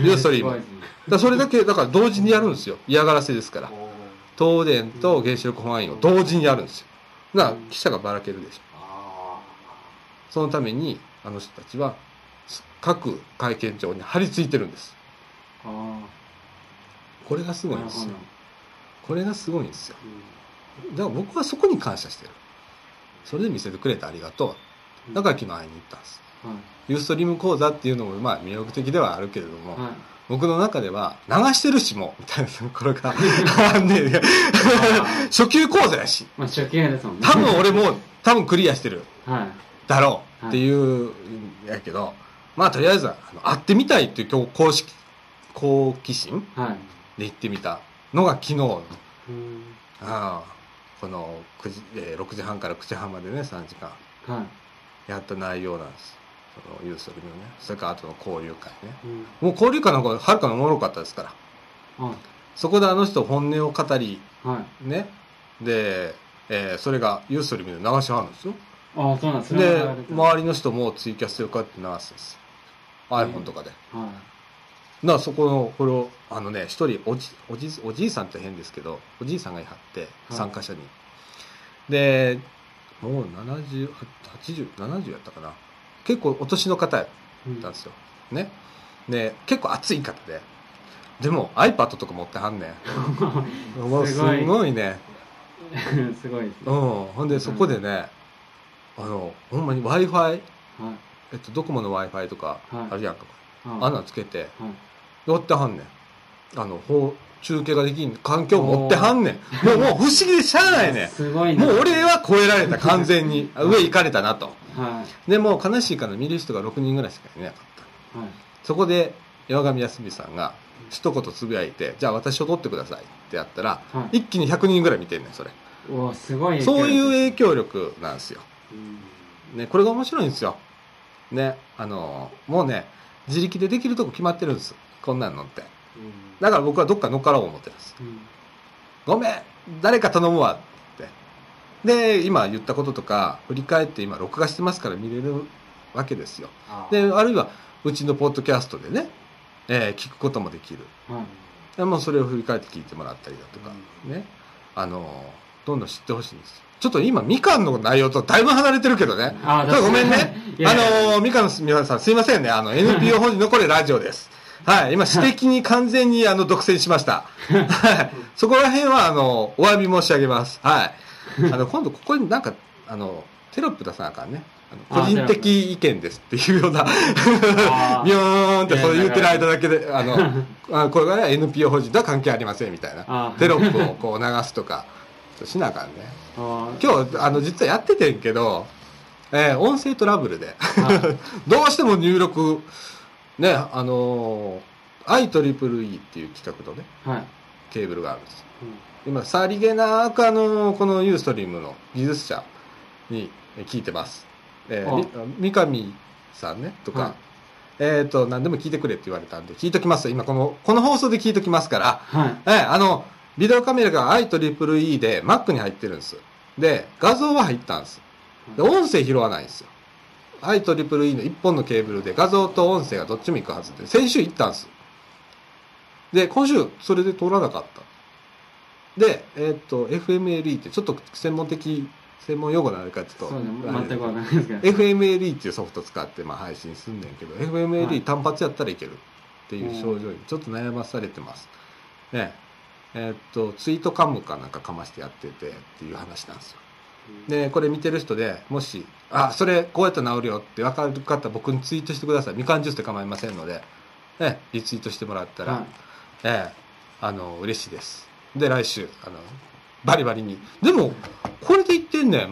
ユーストリームだそれだけだから同時にやるんですよ。嫌がらせですから。東電と原子力保安院を同時にやるんですよ。だから記者がばらけるでしょ。そのためにあの人たちは各会見場に張り付いてるんです。あこれがすごいんですよ。これがすごいんですよ。だから僕はそこに感謝してる。それで見せてくれてありがとう。だから昨日会いに行ったんです。はい、ユーストリーム講座っていうのもまあ魅力的ではあるけれども、はい、僕の中では流してるしもみたいなところがね初級講座やし、 まあ、初級ですもんね。 多分俺も多分クリアしてる、はい、だろうっていうやけど、まあとりあえずあの会ってみたいっていう公式好奇心、はいで行ってみたのが昨日、うん、あこのくじ、えー、ろくじはんからくじはんまでねさんじかん、はい、やった内容なんです。そのユーストリームのね、それから後の交流会ね、うん、もう交流会なんかはるかにおもろかったですから、はい、そこであの人本音を語り、はい、ねで、えー、それがユーストリームで流しはるんですよ。 あそうなんですね。で周りの人もツイキャスでこうやって流すんです、うん、iPhone とかで、はいだからそこのこれをあのね一人おじおじおじいさんって変ですけどおじいさんがいはって参加者に、はい、でもうななじゅう、はちじゅう、ななじゅうやったかな結構お年の方やったんですよ、うん、ねで結構熱い方ででも iPad とか持ってはんねんもうすごいねすごいですね、 うん、ほんでそこでねあのほんまに Wi-Fi、はいえっと、ドコモの Wi-Fi とかあるやんか、はい、あんなんつけて、はいやってはんねん。あの、中継ができん環境を持ってはんねん。もう、もう不思議でしゃあないねん。 すごいね。もう俺は超えられた、完全に。上行かれたなと。はい、でも悲しいから見る人がろくにんぐらいしかいなかった。はい、そこで、岩上康美さんが一言つぶやいて、じゃあ私を撮ってくださいってやったら、はい、一気にひゃくにんぐらい見てんねん、それ。 うわ、すごい。 そういう影響力なんですよ。ね、これが面白いんですよ。ね、あの、もうね、自力でできるとこ決まってるんです。こんなんのって、うん、だから僕はどっか乗っかろう思ってるんです、うん、ごめん誰か頼むわってで今言ったこととか振り返って今録画してますから見れるわけですよ。あであるいはうちのポッドキャストでね、えー、聞くこともできる、うん、でもうそれを振り返って聞いてもらったりだとか、うん、ねあのどんどん知ってほしいんです。ちょっと今みかんの内容とだいぶ離れてるけどね。あちょっとごめんねあのみかんの皆さんすいませんねあの エヌピーオー 法人のこれラジオですはい、今指摘に完全にあの独占しました。はい、そこら辺はあのお詫び申し上げます。はい、あの今度ここになんかあのテロップ出さなあかんね。あの個人的意見ですっていうようなビヨーンってそう言ってる間だけであのあこれが エヌピーオー 法人とは関係ありませんみたいなテロップをこう流すとかしなあかんね。今日あの実はやっててんけど、えー、音声トラブルでどうしても入力ね、あのー、アイトリプルイー っていう企画のね、はい、ケーブルがあるんです。うん、今、さりげなくあのー、このユーストリームの技術者に聞いてます。えー、み、三上さんね、とか、はい、えっと、何でも聞いてくれって言われたんで、聞いときます。今、この、この放送で聞いときますから、はい、えー、あの、ビデオカメラが アイトリプルイー で Mac に入ってるんです。で、画像は入ったんです。で、音声拾わないんですよ。アイトリプルイー の一本のケーブルで画像と音声がどっちも行くはずで先週行ったんです。で今週それで通らなかった。でえー、っと エフエムエルイー ってちょっと専門的専門用語なのかちょっと、 ね、全く分かんないですけどエフエムエルイー っていうソフト使ってまあ配信すんねんけど エフエムエルイー 単発やったらいけるっていう症状にちょっと悩まされてます。 ねえー、っとツイートカムかなんかかましてやっててっていう話なんですよ。でこれ見てる人でもしあそれこうやったら治るよって分かる方僕にツイートしてください。みかんジュースで構いませんので、ね、リツイートしてもらったら、はい、えー、あの嬉しいです。で来週あのバリバリにでもこれで言ってんねん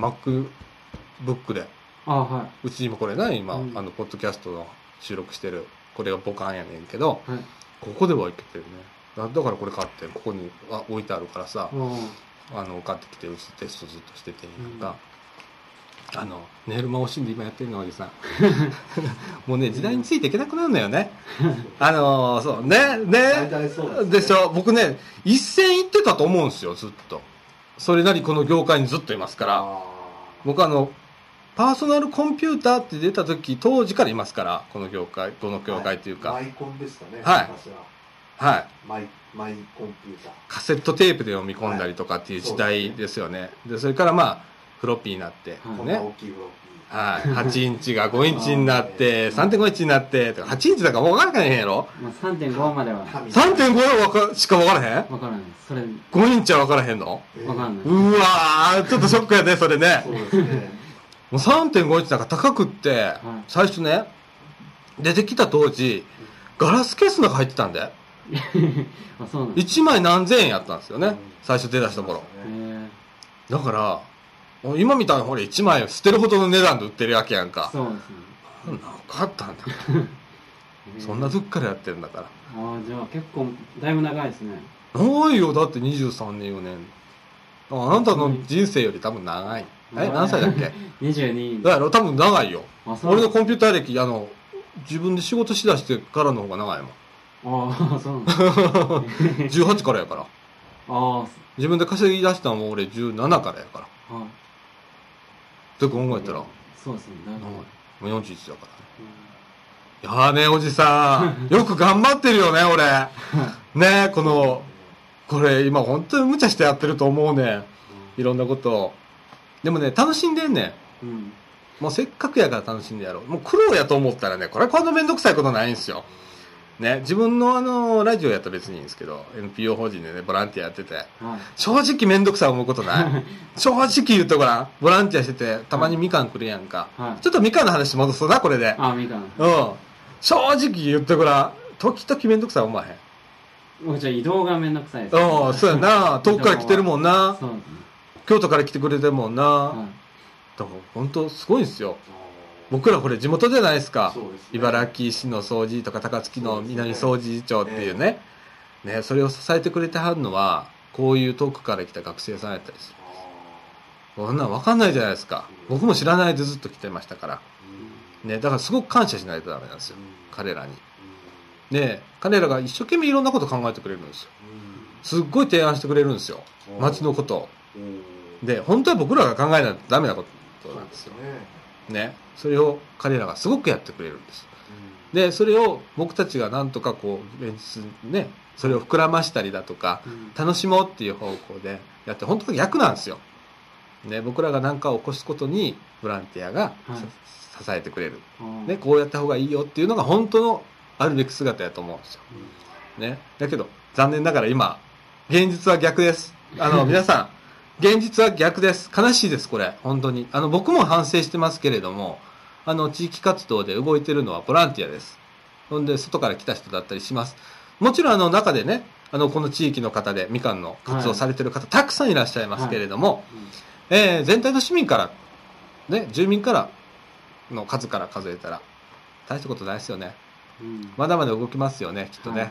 MacBook であ、はい、 うちにもこれね今、うん、あのポッドキャストの収録してるこれがボカンやねんけど、はい、ここではいけてるね。だ, だからこれ買ってここにあ置いてあるからさ、うん、あの買ってきてうちテストずっとしててなんか、うん、あの寝る間惜しんで今やってるのおじさんもうね時代についていけなくなるのよねあのそうねねでしょ。僕ね一線行ってたと思うんですよずっと。それなりこの業界にずっといますから。僕あのパーソナルコンピューターって出た時当時からいますからこの業界この業界というか、 はい、マイコンですかね。 はいはい、 マイマイコンピューターカセットテープで読み込んだりとかっていう時代ですよね。はい、そ, でそれからまあフロッピーになって、はい、ね、 大きいフロッピー、はい、はちインチがごインチになってさんてんごインチになってとかはちインチだから分からへんやろ。 まあ、さんてんご まではさんてんご しか分からへん。 分からないそれごインチは分からへんの、 えー、分からない。 うわーちょっとショックやねそれね。 そうですねもう さんてんごインチなんか高くって、はい、最初ね出てきた当時ガラスケースの中入ってたんであそうなんいちまい何千円やったんですよね、うん、最初出だした頃、 ね、 だから今みたいにほらいちまい捨てるほどの値段で売ってるわけやんか。 そうですねなんかあったんだそんな時からやってるんだから。 ああじゃあ結構だいぶ長いですね。 長いよだってにじゅうさんねんよねんあなたの人生より多分長い。え何歳だっけにじゅうにだから多分長いよ。俺のコンピューター歴あの自分で仕事しだしてからの方が長いもん。 ああそうなんですじゅうはちからやから。 ああ自分で稼ぎ出したのも俺じゅうななからやから。はい。って考えたらそうですね。 もうよんじゅういちだからね。いやーねおじさんよく頑張ってるよね俺ねこのこれ今本当に無茶してやってると思うね。いろんなことをでもね楽しんでんねん、うん、もうせっかくやから楽しんでやろう。もう苦労やと思ったらねこれこんなめんどくさいことないんですよね。自分のあのラジオやったら別にいいんですけど エヌピーオー 法人でねボランティアやってて、はい、正直めんどくさい思うことない正直言うとごらんボランティアしててたまにみかんくるやんか、はい、ちょっとみかんの話戻そうなこれで。 あみかんうん正直言ってごらん時々めんどくさい思わへん。 もうじゃあ移動がめんどくさいです、ね、 うんそうやな遠くから来てるもんなそう、ね、京都から来てくれてるもんな、はい、だから本当すごいんですよ。僕らこれ地元じゃないですか。そうですね、茨城市の掃除とか高槻の南掃除長っていうね、ね、ねそれを支えてくれてはるのはこういう遠くから来た学生さんやったりする。こんなん分かんないじゃないですか。僕も知らないでずっと来てましたから、ね、だからすごく感謝しないとダメなんですよ彼らに。で彼らが一生懸命いろんなこと考えてくれるんですよ。すっごい提案してくれるんですよ街のことを。で本当は僕らが考えないとダメなことなんですよね。それを彼らがすごくやってくれるんです。でそれを僕たちがなんとかこう現実ねそれを膨らましたりだとか、楽しもうっていう方向でやって本当は逆なんですよ、ね、僕らが何かを起こすことにボランティアが、はい、支えてくれる、ね、こうやった方がいいよっていうのが本当のあるべき姿やと思うんですよ、ね、だけど残念ながら今現実は逆です。あの皆さん現実は逆です。悲しいですこれ本当に。あの僕も反省してますけれどもあの地域活動で動いてるのはボランティアです。ほんで外から来た人だったりします。もちろんあの中でねあのこの地域の方でみかんの活動されてる方、はい、たくさんいらっしゃいますけれども、はいえー、全体の市民からね住民からの数から数えたら大したことないですよね、うん、まだまだ動きますよねきっとね、はい、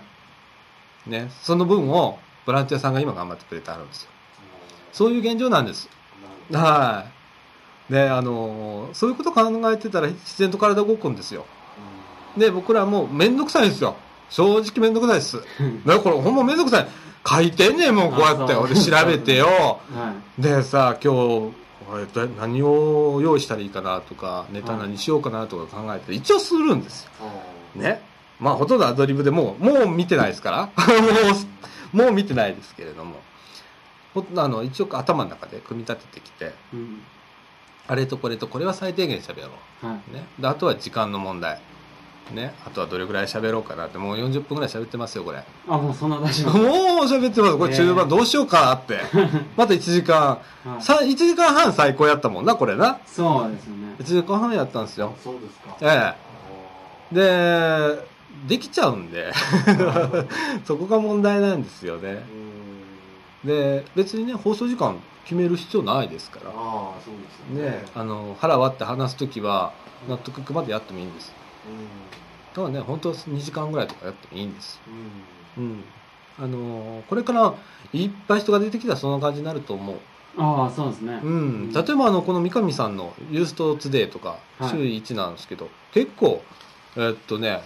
ねその分をボランティアさんが今頑張ってくれてあるんですよ。そういう現状なんです。はい。で、あのー、そういうこと考えてたら自然と体動くんですよ。で、僕らもめんどくさいんですよ。正直めんどくさいです。だからほんまめんどくさい。書いてんねんもんこうやって。俺調べてよ。はい、でさ、今日何を用意したらいいかなとか、ネタ何しようかなとか考えて一応するんですよ。ね。まあほとんどアドリブでもう、もう見てないですから。もう、もう見てないですけれども。あの一応頭の中で組み立ててきて、うん、あれとこれとこれは最低限しゃべろう、はいね、であとは時間の問題ね、あとはどれぐらい喋ろうかなって、もうよんじゅっぷんぐらい喋ってますよ、これ。 あ、もうそんな出します。 もう喋ってます。これ中盤どうしようかって。またいちじかん、はい、いちじかんはん最高やったもんな、これな。 そうですよね。 いちじかんはんやったんですよ。 そうですか。 ええ。で、できちゃうんで、そこが問題なんですよね。で、別にね、放送時間決める必要ないですから。 ああ、そうですよね。 ね、あの、腹割って話すときは、納得いくまでやってもいいんです。だからね、本当はにじかんぐらいとかやってもいいんです。うん。うん。あのー、これからいっぱい人が出てきたらそんな感じになると思う。 ああ、そうですね。 うん。例えばあの、この三上さんのユーストツデーとか、週いちなんですけど、はい、結構、えー、っとね、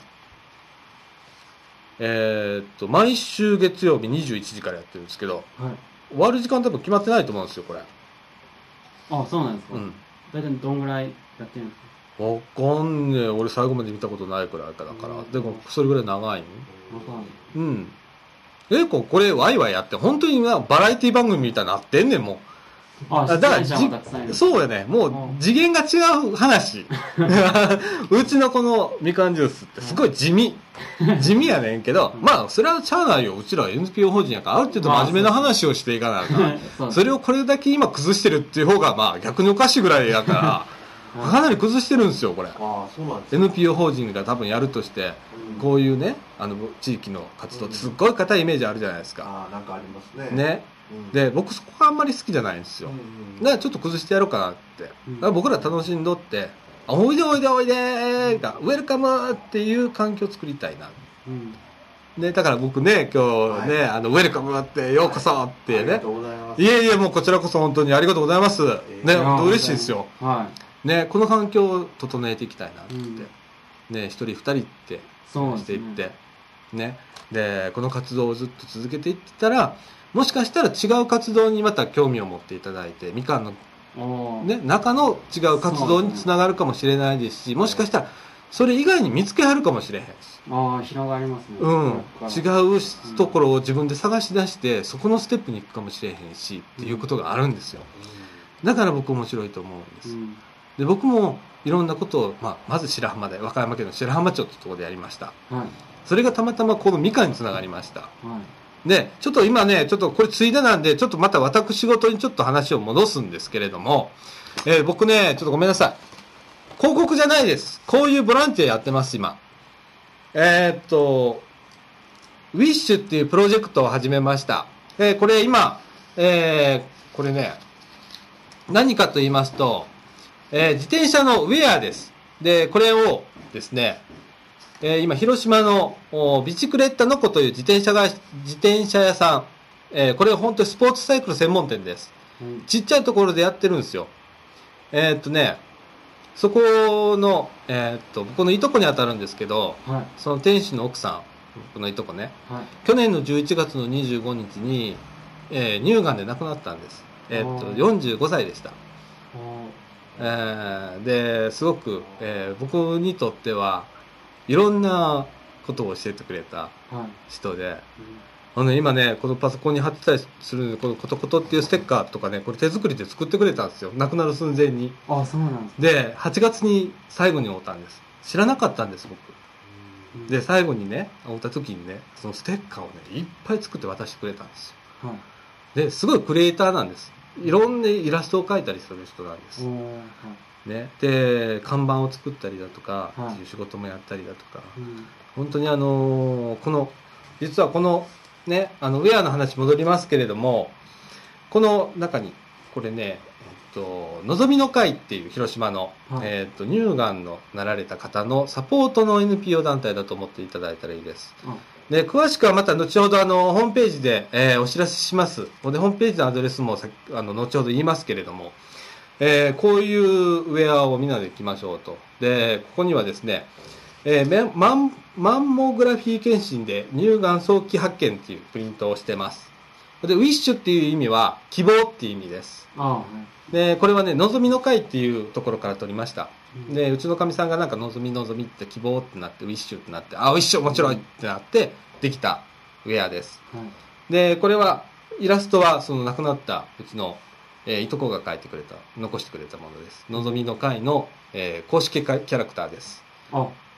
えー、っと、毎週月曜日にじゅういちじからやってるんですけど、はい、終わる時間多分決まってないと思うんですよ、これ。 ああ、そうなんですか。 うん。 大体どんぐらいやってるんですか？ わかんねえ。俺最後まで見たことないくらいだから。でも、それぐらい長いの。うん。え、ここれワイワイやって、本当にな、バラエティ番組みたいになってんねん、もう。 あ、 だからじ、そうやね。もう、次元が違う話。うちのこのみかんジュースってすごい地味。地味やねんけど、まあ、それはしゃあないよ。うちらは エヌピーオー 法人やから、ある程度真面目な話をしていかないから。それをこれだけ今崩してるっていう方が、まあ、逆におかしいぐらいやから、かなり崩してるんですよ、これ。ああ、そうなんです。エヌピーオー 法人が多分やるとして、こういうね、あの、地域の活動ってすっごい硬いイメージあるじゃないですか。 ああ、なんかありますね。 ね。で、僕そこがあんまり好きじゃないんですよ。だからちょっと崩してやろうかなって。だから僕ら楽しんどって、あ、おいでおいでおいでーが、ウェルカムっていう環境を作りたいな。ね、だから僕ね、今日ね、あの、ウェルカムってようこそってね。ありがとうございます。いえいえ、もうこちらこそ本当にありがとうございます。ね、本当嬉しいですよ。はい。ね、この環境を整えていきたいなって。ね、一人二人ってしていって。ね。で、この活動をずっと続けていってたら、もしかしたら違う活動にまた興味を持っていただいて、みかんの、ね、中の違う活動につながるかもしれないですし、もしかしたらそれ以外に見つけはるかもしれへんし。 ああ、広がりますね。 うん。違うところを自分で探し出して、そこのステップに行くかもしれへんし、っていうことがあるんですよ。だから僕面白いと思うんです。で、僕もいろんなことを、まあ、まず白浜で、和歌山県の白浜町ってところでやりました。はい。それがたまたまこのみかんにつながりました。はい。で、ちょっと今ね、ちょっとこれついでなんで、ちょっとまた私事にちょっと話を戻すんですけれども、えー、僕ね、ちょっとごめんなさい。広告じゃないです。こういうボランティアやってます、今。えー、っと、ウィッシュっていうプロジェクトを始めました。えー、これ今、えー、これね、何かと言いますと、えー、自転車のウェアです。で、これをですね、えー、今、広島のビチクレッタノコという自転車が、自転車屋さん、えー、これは本当にスポーツサイクル専門店です。うん、ちっちゃいところでやってるんですよ。えー、っとね、そこの、えー、っと、僕のいとこに当たるんですけど、はい、その店主の奥さん、僕のいとこね、はい、去年のじゅういちがつのにじゅうごにちに、えー、乳がんで亡くなったんです。えー、っと、よんじゅうごさいでした。えー、で、すごく、えー、僕にとっては、いろんなことを教えてくれた人で、はい、あの、今ね、このパソコンに貼ってたりする、このコトコトっていうステッカーとかね、これ手作りで作ってくれたんですよ。亡くなる寸前に。 あ、そうなんですね。で、はちがつに最後に会ったんです。知らなかったんです、僕。で、最後にね、会った時にね、そのステッカーをね、いっぱい作って渡してくれたんですよ。はい、で、すごいクリエイターなんです。いろんなイラストを描いたりする人なんです。はい、ね。で、看板を作ったりだとか、はい、っていう仕事もやったりだとか、うん、本当にあのー、この、実はこの、ね、あの、ウェアの話戻りますけれども、この中に、これね、えっと、のぞみの会っていう広島の、はい、えっと、乳がんのなられた方のサポートの エヌピーオー 団体だと思っていただいたらいいです。はい、で、詳しくはまた後ほどあの、ホームページで、えー、お知らせします。で、ホームページのアドレスもさあの、後ほど言いますけれども、えー、こういうウェアをみんなで着ましょうと。で、ここにはですね、えー、マン、マンモグラフィー検診で乳がん早期発見っていうプリントをしてます。で、ウィッシュっていう意味は希望っていう意味です。ああ、で、これはね、のぞみの会っていうところから取りました。うん、で、うちのかみさんがなんかのぞみのぞみって希望ってなって、ウィッシュってなって、あ、ウィッシュ面白いってなって、できたウェアです。はい、で、これは、イラストはその亡くなったうちの、えー、いとこが描いてくれた、残してくれたものです。のぞみの会の、えー、公式キャラクターです。あ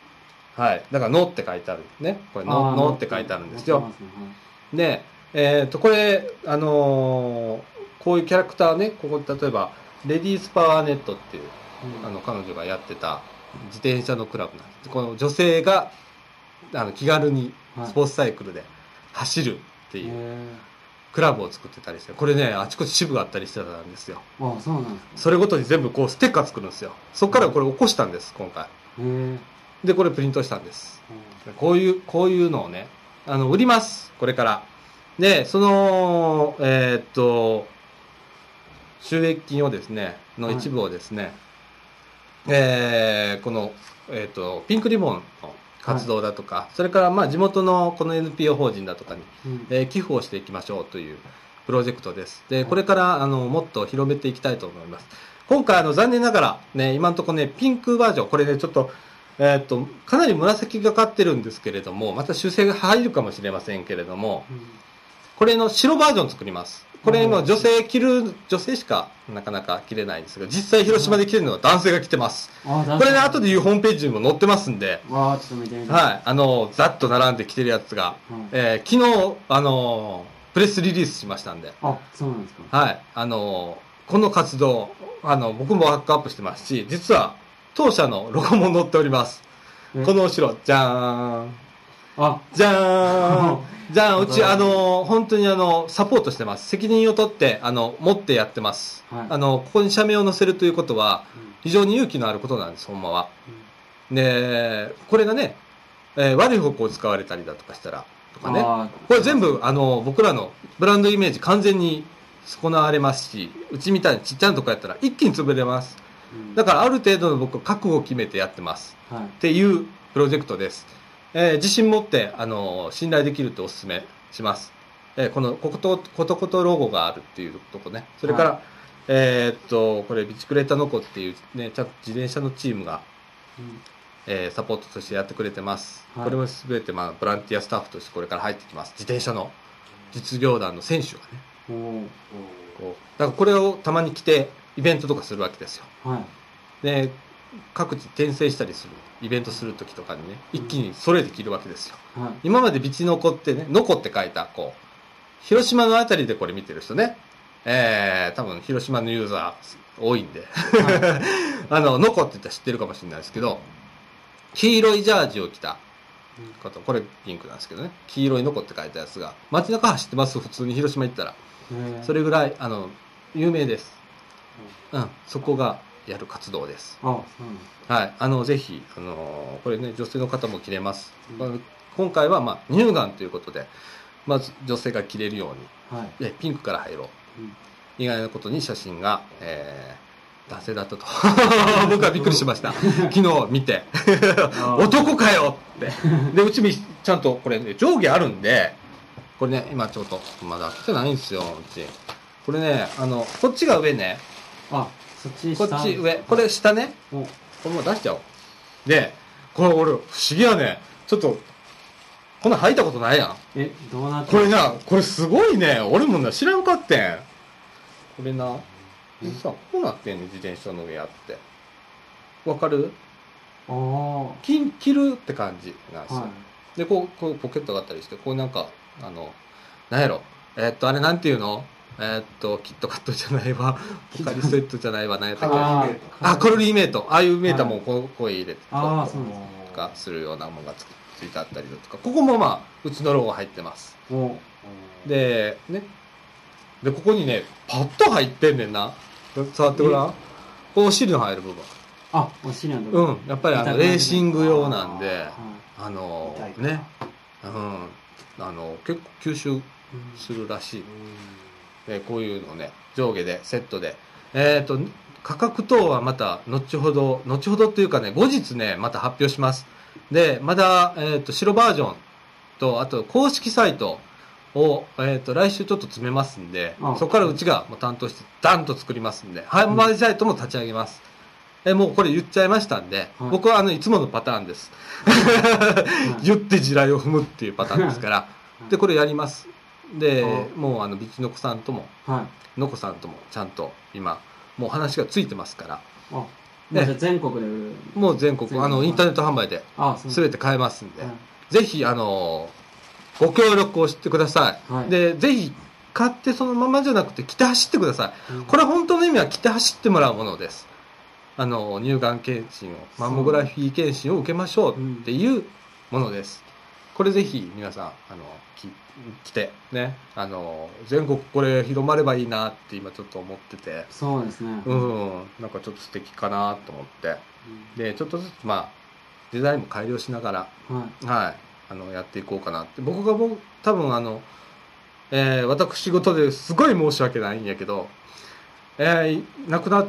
はい。だから、のって書いてある。ね。これ、の、のって書いてあるんですよ。で、えっと、これ、あのー、こういうキャラクターね、ここ、例えば、レディースパワーネットっていう、うん、あの、彼女がやってた自転車のクラブなんです。この女性が、あの、気軽にスポーツサイクルで走るっていう、クラブを作ってたりして、これね、あちこち支部があったりしてたんですよ。 ああ、そうなんですか。 それごとに全部こう、ステッカー作るんですよ。そこからこれ起こしたんです、今回。で、これプリントしたんです。こういう、こういうのをね、あの、売ります、これから。で、その、えー、っと、収益金をですね、の一部をですね、はい、えー、この、えー、っと、ピンクリボンの活動だとか、はい、それからまあ地元のこの エヌピーオー 法人だとかに、うん、えー、寄付をしていきましょうというプロジェクトです。で、これからあのもっと広めていきたいと思います。今回あの残念ながらね、今のところね、ピンクバージョン、これね、ちょっと、えー、っと、かなり紫がかってるんですけれども、また修正が入るかもしれませんけれども、うん、これの白バージョン作ります。これ今女性着る、女性しかなかなか着れないんですが、実際広島で着れるのは男性が着てます。これね、後で言うホームページにも載ってますんで、 わー、ちょっと見てみたい。 はい、あの、ざっと並んで着てるやつが、うん、えー、昨日、あの、プレスリリースしましたんで。 あ、そうなんですか。 はい、あの、この活動、あの、僕もバックアップしてますし、実は当社のロゴも載っております。この後ろ、じゃーん。 あ、 じゃーん。じゃあ、うち、あの、本当にあの、サポートしてます。責任を取って、あの、持ってやってます。はい、あの、ここに社名を載せるということは、非常に勇気のあることなんです、ほんまは。うん、で、これがね、えー、悪い方向を使われたりだとかしたら、とかね。これ全部、あの、僕らのブランドイメージ完全に損なわれますし、うちみたいにちっちゃなとこやったら一気に潰れます。うん、だから、ある程度の僕、覚悟を決めてやってます。はい、っていうプロジェクトです。えー、自信持って、あのー、信頼できるとお勧めします。えー、この、ここと、ことことロゴがあるっていうとこね。それから、はい、えー、っと、これ、ビチクレータノコっていうね、ちゃんと自転車のチームが、うん、えー、サポートとしてやってくれてます。はい、これもすべて、まあ、ボランティアスタッフとしてこれから入ってきます。自転車の実業団の選手がね。おーこうだからこれをたまに着て、イベントとかするわけですよ。はい、で、各地転生したりするイベントするときとかにね、一気に揃えて着るわけですよ。はい、今までビチノコってね、ノコって書いた、こう、広島のあたりでこれ見てる人ね、えー、多分広島のユーザー多いんで、はい、あの、ノコって言ったら知ってるかもしれないですけど、黄色いジャージを着た方、これピンクなんですけどね、黄色いノコって書いたやつが、街中走ってます、普通に広島行ったら。それぐらい、あの、有名です。うん、そこが、やる活動です。ああ、そうなんですか。はい。あの、ぜひ、あのー、これね、女性の方も着れます。うん、今回は、まあ、乳がんということで、まず女性が着れるように、はい、でピンクから入ろう。うん、意外なことに写真が、えー、男性だったと。僕はびっくりしました。昨日見て。男かよって。で、うちみ、ちゃんとこれ、ね、上下あるんで、これね、今ちょっと、まだ開けてないんですよ、うち。これね、あの、こっちが上ね。 あ、そっちこっち上、これ下ね。これもう出しちゃおう。で、これ俺、不思議やね。ちょっと、こんなん履いたことないやん。 え、どうなってこれな、これすごいね。俺もな、知らんかってん。これな、実はこうなってんねん、自転車の上やって。わかる？ああ。着、着るって感じなんですよ。はい、で、こう、こうポケットがあったりして、こうなんか、あの、なんやろ。えー、っと、あれなんていうの？えー、っと、キットカットじゃないわ、ポカリスエットじゃないわ、何やったっけ？あ、カロリーメイト。ああいうメーターもこう声入れて、 ああ、そうですとかするようなものがつついてあったりだとか、ここもまあ、うちのロゴ入ってます。で、ね。で、ここにね、パッド入ってんねんな。触ってごらん。こう、お尻の入る部分。 あ、お尻の部分。 うん。やっぱりあの、レーシング用なんで、あの、ね。うん。あの、結構吸収するらしい。えー、こういうのね、上下で、セットで。えっと、価格等はまた、後ほど、後ほどっていうかね、後日ね、また発表します。で、まだ、えっと、白バージョンと、あと、公式サイトを、えっと、来週ちょっと詰めますんで、ああそこからうちがもう担当して、ダンと作りますんで、販売サイトも立ち上げます。え、もうこれ言っちゃいましたんで、はい、僕はあの、いつものパターンです。言って地雷を踏むっていうパターンですから、で、これやります。で、もうあの、ビチノコさんとも、はい、ノコさんともちゃんと今、もう話がついてますから、 ね、じゃ全国で売る？ もう全国、あの、インターネット販売で、すべて買えますんで、はい、ぜひ、あの、ご協力をしてください。はい、で、ぜひ、買ってそのままじゃなくて、着て走ってください。うん、これは本当の意味は着て走ってもらうものです。あの、乳がん検診を、マンモグラフィー検診を受けましょうっていうものです。これぜひ、皆さん、あの、来て、ね、あの、全国これ広まればいいなって今ちょっと思ってて。 そうですね。 うん、なんかちょっと素敵かなと思って。うん、で、ちょっとずつ、まあ、デザインも改良しながら、はい、はい、あの、やっていこうかなって。僕が僕、多分あの、えー、私事ですごい申し訳ないんやけど、えー、亡くなった、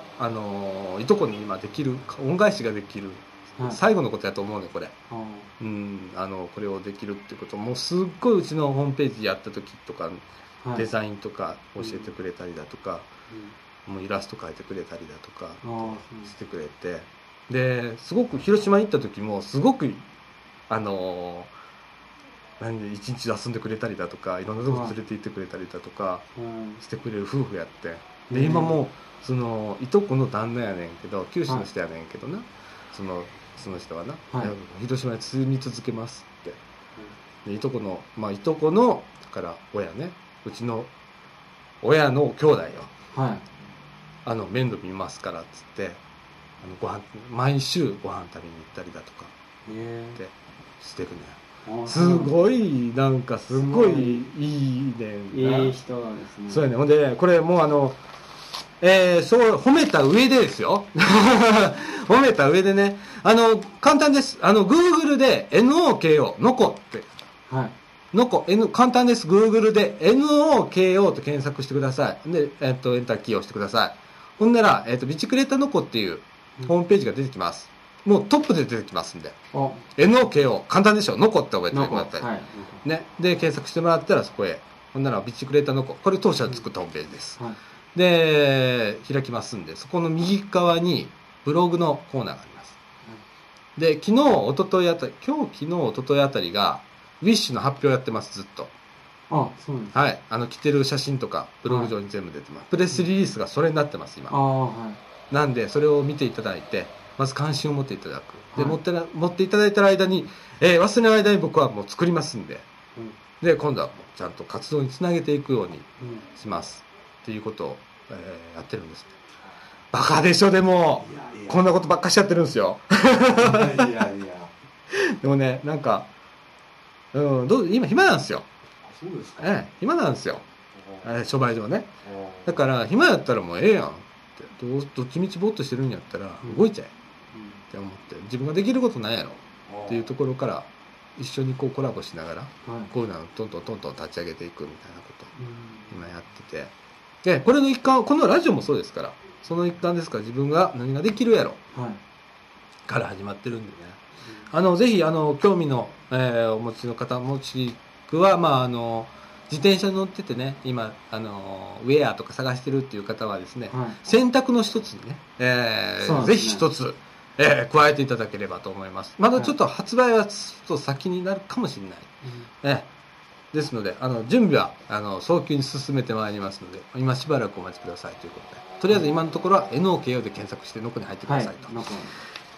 あのー、いとこに今できる、恩返しができる、はい、最後のことやと思うね、これ。うん、あの、これをできるっていうこと、もうすっごいうちのホームページやった時とか、はい、デザインとか教えてくれたりだとか、うん、もうイラスト描いてくれたりだとかしてくれて、で、すごく広島行った時も、すごく、あのー、何で一日遊んでくれたりだとか、いろんなとこ連れて行ってくれたりだとかしてくれる夫婦やって、で今もそのいとこの旦那やねんけど、九州の人やねんけどな、はい、そのその人はな、はい、広島に住み続けますって、でいとこのまあいとこのだから親ね、うちの親の兄弟よ、はい、あの面倒見ますからっつって、あのご飯毎週ご飯食べに行ったりだとかってしてくね。すごいなんかすごいいいねんな。いい人なんですね。 そうやね。ほんでこれもうあの、えー、そう褒めた上でですよ。褒めた上でね、あの簡単です。あの Google で エヌオーケーオー のこって、はい、のこ N 簡単です。Google で エヌオーケーオー と検索してください。でえっとエンターキーを押してください。ほんならえっとビチクレータのこっていうホームページが出てきます。もうトップで出てきますんで。エヌオーケーオー、簡単でしょ。ノコって覚えてもらったり。はい、ね。で、検索してもらったらそこへ。ほんなら、ビッチクレーターノコ。これ当社で作ったホームページです。はい、で、開きますんで、そこの右側にブログのコーナーがあります。で、昨日、一昨日あたり、今日、昨日、一昨日あたりが、ウィッシュの発表やってます、ずっと。 あ、そうなんですか。 はい。あの、着てる写真とか、ブログ上に全部出てます。はい、プレスリリースがそれになってます、今。あ、はい。なんで、それを見ていただいて、まず関心を持っていただく。で、はい、持ってな、持っていただいた間に、えー、忘れない間に僕はもう作りますんで、うん、で、今度はもうちゃんと活動につなげていくようにします。うん、っていうことを、えー、やってるんです。バカでしょ、でも。いやいやこんなことばっかしちゃってるんですよ。いやいや。でもね、なんか、うん、どう今暇なんですよ。 そうですか。 ええ、暇なんですよ。えー、商売上ね。だから、暇やったらもうええやん。ど, どっちみちぼーっとしてるんやったら動いちゃえ、うん、って思って、自分ができることないやろっていうところから一緒にこうコラボしながら、はい、こういうのをトントントントン立ち上げていくみたいなことを今やってて、でこれの一環、このラジオもそうですから、その一環ですから、自分が何ができるやろ、はい、から始まってるんでね、うん、あのぜひあの興味の、えー、お持ちの方、もしくはまああの自転車に乗っててね、今、あの、ウェアとか探してるっていう方はですね、はい、選択の一つにね、えーね、ぜひ一つ、えー、加えていただければと思います。まだちょっと発売はちょっと先になるかもしれない。はい、えー、ですので、あの、準備は、あの、早急に進めてまいりますので、今しばらくお待ちくださいということで、とりあえず今のところは エヌオーケーオー で検索してノコに入ってくださいと、はい、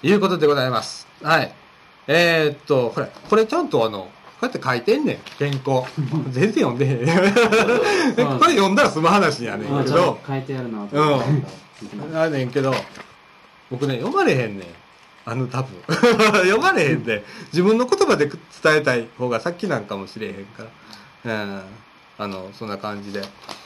いうことでございます。はい。えー、っと、これ、これちゃんとあの、こうやって書いてんねん、原稿。全然読んでへん。これ読んだら済む話やねんけど。 書いてあるなと。 うん。あねんけど、僕ね、読まれへんねん。あの、多分。読まれへんで、自分の言葉で伝えたい方が先なんかもしれへんから。うん。あの、そんな感じで。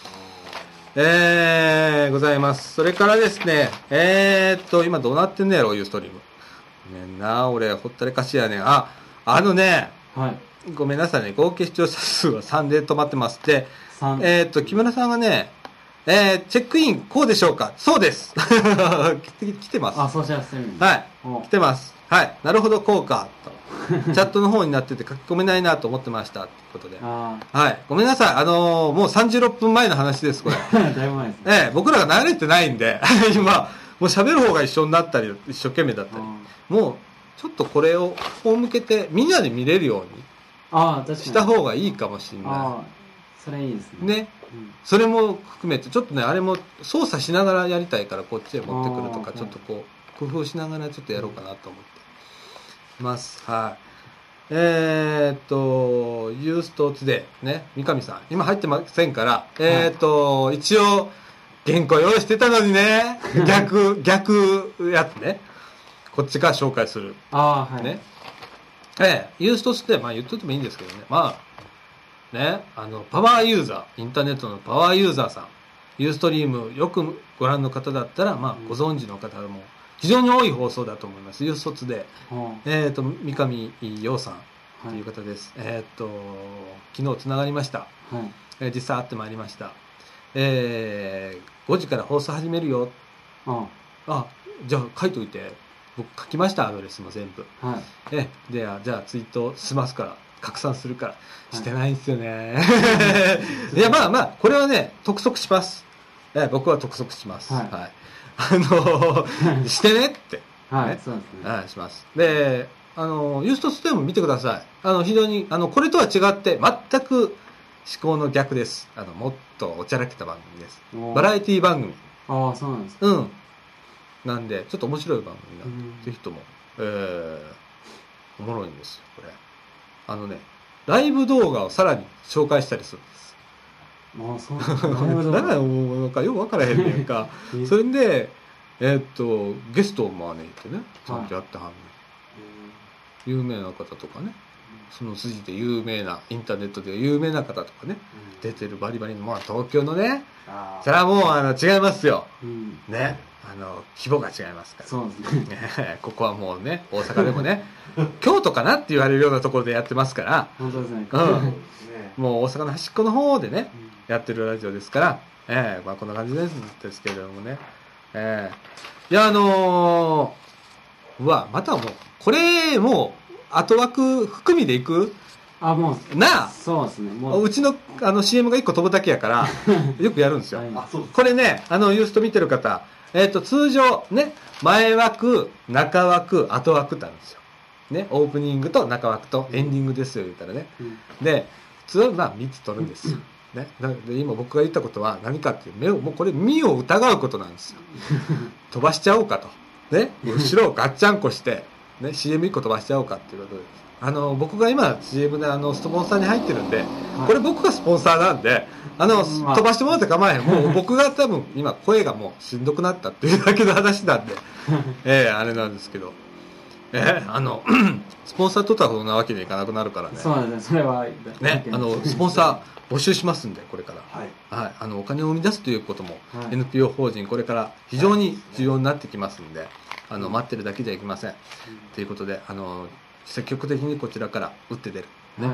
えー、ございます。それからですね、えーっと、今どうなってんねやろ、ユーストリーム。ねんな、俺、ほったれかしやねん。あ、あのね、はい。ごめんなさいね。合計視聴者数はさんで止まってますって。えー、っと、木村さんがね、えー、チェックイン、こうでしょうか？そうです。来て、来てます。 あ、そうしやすい。 はい。来てます。はい。なるほど、こうか。と。チャットの方になってて書き込めないなと思ってました。ということで。はい。ごめんなさい。あのー、もうさんじゅうろっぷんまえの話です、これ。 だいぶ前ですね。 ええー、僕らが慣れてないんで、今、もう喋る方が一緒になったり、一生懸命だったり。もう、ちょっとこれを、こう向けて、みんなで見れるように。ああ、確かに。した方がいいかもしれない。ああ、 それいいですね。 ね。うん、それも含めて、ちょっとね、あれも操作しながらやりたいから、こっちへ持ってくるとか、ちょっとこう、 工夫しながらちょっとやろうかなと思ってます。はい。えー、っと、ユーストツデイ、ね、三上さん、今入ってませんから、えー、っと、はい、一応、原稿用意してたのにね、逆、逆やつね、こっちから紹介する。 ああ、はい。 ね。えー、ユーストツデイ、まあ言っとってもいいんですけどね、まあ、ね、あの、パワーユーザー、インターネットのパワーユーザーさん、ユーストリームよくご覧の方だったら、まあ、ご存知の方も、非常に多い放送だと思います。ユーストツデイ。うん、えっ、ー、と、三上洋さんという方です。はい、えっ、ー、と、昨日つながりました。はい、えー、実際会ってまいりました。えー、ごじから放送始めるよ。うん、あ、じゃあ書いといて。僕書きました、アドレスも全部。はい、え、で、じゃあツイートしますから、拡散するから。してないんですよね。はい、いや、まあまあ、これはね、督促します。えー、僕は督促します。はい。はい、あのー、してねって。 はい、そうですね。 はい、します。で、あのー、ユーストツデイも見てください。あの、非常に、あの、これとは違って、全く思考の逆です。あの、もっとおちゃらけた番組です。バラエティ番組。 ああ、そうなんですか。 うん。なんで、ちょっと面白い番組なんで、ぜひとも、えー、おもろいんですよ、これ。あのね、ライブ動画をさらに紹介したりするんです。 ああ、そうなんですだからもう、なんかよくわからへんねんか。それで、えー、っと、ゲストを招いてね、ちゃんとやってはんね、はい、有名な方とかね、その筋で有名な、インターネットで有名な方とかね、うん、出てるバリバリの、まあ東京のね、それはもうあの違いますよ。うん、ね。あの、規模が違いますから。 そうですね。ここはもうね、大阪でもね、京都かなって言われるようなところでやってますから、 本当ですね。 うん。もう大阪の端っこの方でね、うん、やってるラジオですから、ええー、まあこんな感じですですけれどもね。ええー、いや、あのー、うわ、またもう、これ、もう、後枠含みでいくあ、もう、 なあそうですね。もう、 うちの、あの、シーエム がいっこ飛ぶだけやから、よくやるんですよ。はい、これね、あの、ユースト見てる方、えっと、通常、ね、前枠、中枠、後枠ってあるんですよ。ね、オープニングと中枠とエンディングですよ、言ったらね。うん、で、普通はまあみっつ取るんですよ。ね。で、今僕が言ったことは何かっていう、目を、もうこれ、身を疑うことなんですよ。飛ばしちゃおうかと。ね、後ろをガッチャンコして、ね、シーエムいっ 個飛ばしちゃおうかっていうことです。あの、僕が今 シーエム であの、スポンサーに入ってるんで、これ僕がスポンサーなんで、あの、飛ばしてもらって構わへん。もう僕が多分今声がもうしんどくなったっていうだけの話なんで、ええー、あれなんですけど、えー、あの、スポンサー取ったことなわけにはいかなくなるからね。 そうなんですね、それは。 ね、あの、スポンサー募集しますんで、これから。はい。はい。あの、お金を生み出すということも、はい、エヌピーオー 法人これから非常に重要になってきますんで、あの、待ってるだけじゃいけません。ということで、あの、積極的にこちらから打って出る。ね。はい、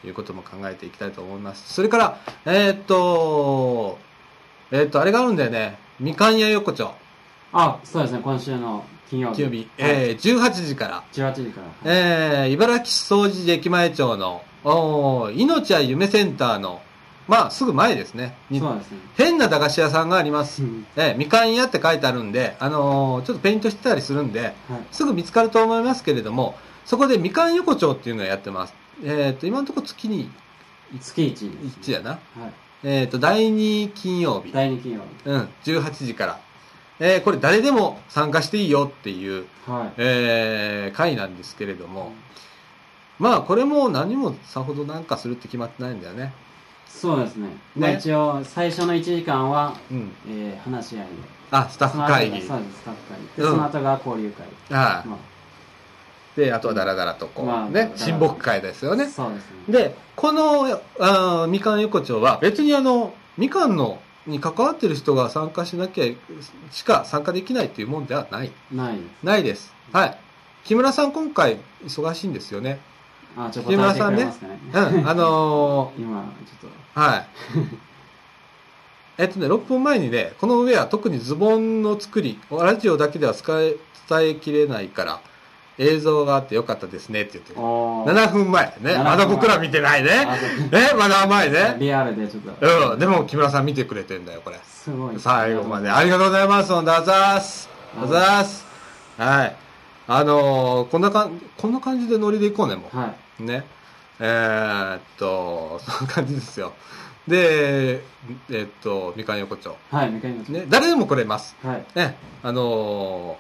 いうことも考えていきたいと思います。それから、えー、っと、えー、っと、あれがあるんだよね。みかん屋横丁。 あ、そうですね、今週の金曜日。 金曜日。はい、えー、じゅうはちじから。 じゅうはちじから。 えー、茨城市総除寺駅前町の、おー、命は夢センターの、まあ、すぐ前ですね。 そうですね。 変な駄菓子屋さんがあります。うん、えー、みかん屋って書いてあるんで、あのー、ちょっとペイントしてたりするんで、はい、すぐ見つかると思いますけれども、そこでみかん横丁っていうのをやってます。えっ、ー、と、今のところ月に、 月いち、ね。 いちやな。はい。えっ、ー、と、だいに金曜日。 だいに金曜日。 うん、じゅうはちじから。えー、これ誰でも参加していいよっていう、はい、えー、会なんですけれども、うん、まあ、これも何もさほどなんかするって決まってないんだよね。 そうですね。ね、まあ、一応、最初のいちじかんは、うん、えー、話し合いで。 あ、スタッフ会議。 そうです、スタッフ会議。で、その後が交流会。 はい、まあ。で、あとはダラダラとこう、まあ、ね、親睦会ですよね。 そうですね。 で、この、あみかん横丁は、別にあの、みかんの、に関わってる人が参加しなきゃ、しか参加できないっていうもんではない。 ない。 ないです。はい。木村さん今回忙しいんですよね。 あ、ちょっと木村さんね。 うん、あのー、今、ちょっと。はい。えっとね、ろっぷんまえにね、このウェア、特にズボンの作り、ラジオだけでは使え、伝えきれないから、映像があってよかったですねって言ってる。ななふんまえね。まだ僕ら見てないね。ね、まだ前ね。 リアルでちょっと。 うん。でも木村さん見てくれてんだよ、これ。 すごい。 最後まで。ありがとうございます。あざーす。あざーす。はい。あのー、こんなかん、こんな感じでノリでいこうね、もう。はい。ね。えー、っと、そんな感じですよ。で、えー、っと、みかん横丁。 はい、みかん横丁。 ね、誰でも来れます。 はい。 ね。あのー、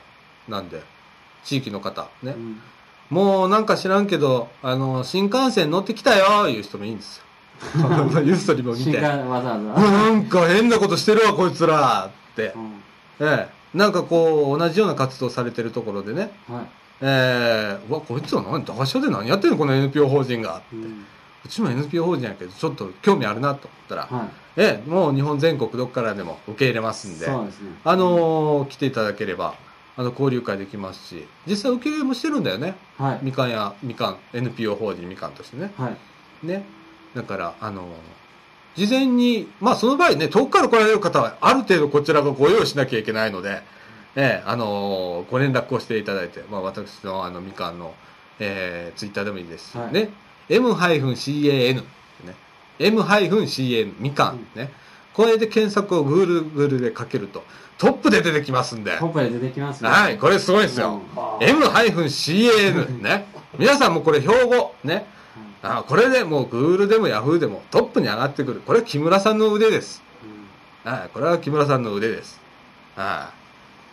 なんで、地域の方、ね。うん、もうなんか知らんけど、あの、新幹線乗ってきたよいう人もいいんですよ。ユーストリームを見て。わざわざ。なんか変なことしてるわ、こいつらって。うん、ええ。なんかこう、同じような活動されてるところでね。はい、ええー、うわ、こいつは何、駄菓子屋で何やってんのこの エヌピーオー 法人がって。うん、うちも エヌピーオー 法人やけど、ちょっと興味あるなと思ったら、はい、ええ、もう日本全国どっからでも受け入れますんで、そうですね。あのー、来ていただければ、あの、交流会できますし、実際受け入れもしてるんだよね。はい。みかんや、みかん、エヌピーオー 法人みかんとしてね。はい。ね。だから、あのー、事前に、まあその場合ね、遠くから来られる方は、ある程度こちらがご用意しなきゃいけないので、ええ、あのー、ご連絡をしていただいて、まあ私のあの、みかんの、えー、ツイッターでもいいですし、はい、ね。エムシーエーエヌ、ね。エムシーエーエヌ、みかん、ね。うん、これで検索をグーグルでかけると、トップで出てきますんで。 トップで出てきますね。 はい、これすごいですよ。うん、エムシーエーエヌ、ね。皆さんもこれ標語、ね。あ、これでもう Google でも Yahoo でもトップに上がってくる。これは木村さんの腕です。うん、はい、これは木村さんの腕です。はい、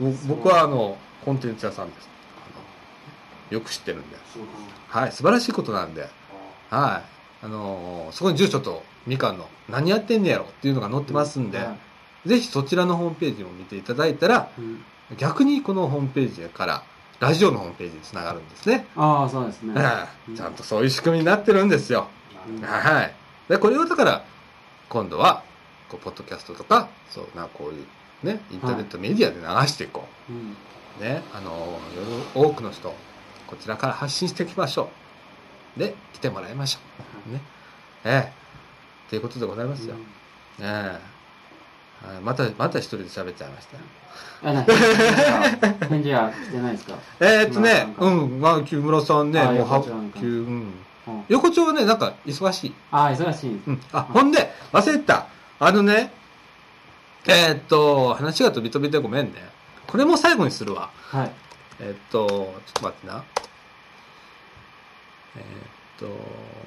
僕はあの、コンテンツ屋さんです。あのよく知ってるんで。はい、素晴らしいことなんで。はい。あのー、そこに住所とみかんの何やってんねやろっていうのが載ってますんで、うんはい、ぜひそちらのホームページを見ていただいたら、うん、逆にこのホームページからラジオのホームページにつながるんですね。 ああ、そうですね、 うん。ちゃんとそういう仕組みになってるんですよ。うん、はい。で、これをだから、今度は、こう、ポッドキャストとか、そうな、こういうね、インターネットメディアで流していこう。はい、ね、あの、多くの人、こちらから発信していきましょう。で、来てもらいましょう。ね。ええ。っていうことでございますよ。うん、ええ。また、また一人で喋っちゃいましたよ。 返事は来てないですか？ えーっとね、うん、まあ、木村さんね、もう、は、うん。横丁はね、なんか、忙しい。 ああ、忙しい。 うん。あ、ほんで、忘れてた。あのね、えーっと、話が飛び飛びでごめんね。これも最後にするわ。はい。えーっと、ちょっと待ってな。えーっと、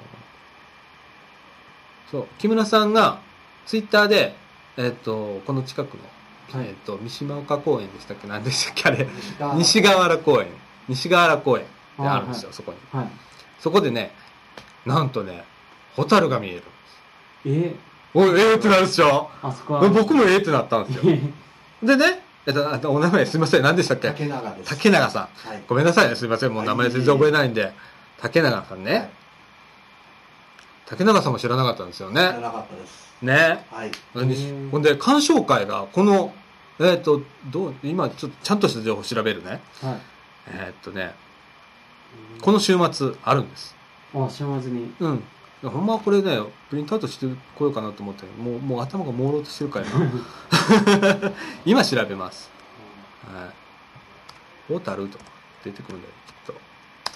そう、木村さんが、ツイッターで、えーっと、この近くの、はい、えっと、三島岡公園でしたっけ？何でしたっけあれ。西河原公園。西河原公園ってあるんですよ、はい、そこに、はい。そこでね、なんとね、ホタルが見えるんです。 えおい、ええー、ってなるでしょ？あそこは。僕もええー、ってなったんですよ。でね、えっと、お名前すいません、何でしたっけ？ 竹永です。 竹永さん。はい、ごめんなさいね、すいません、もう名前全然覚えないんで。竹永さんね、はい。竹永さんも知らなかったんですよね。知らなかったです。 ね。はい。ほんで、鑑賞会が、この、えっ、ー、と、どう、今、ちょっと、ちゃんとした情報調べるね。はい。えっとね、この週末、あるんです。 あ、週末に。 うん。ほんまはこれね、プリントアウトしてこようかなと思って、もう、もう頭が朦朧としてるからな。今調べます。はい。ホタルとか出てくるんだよ、きっと。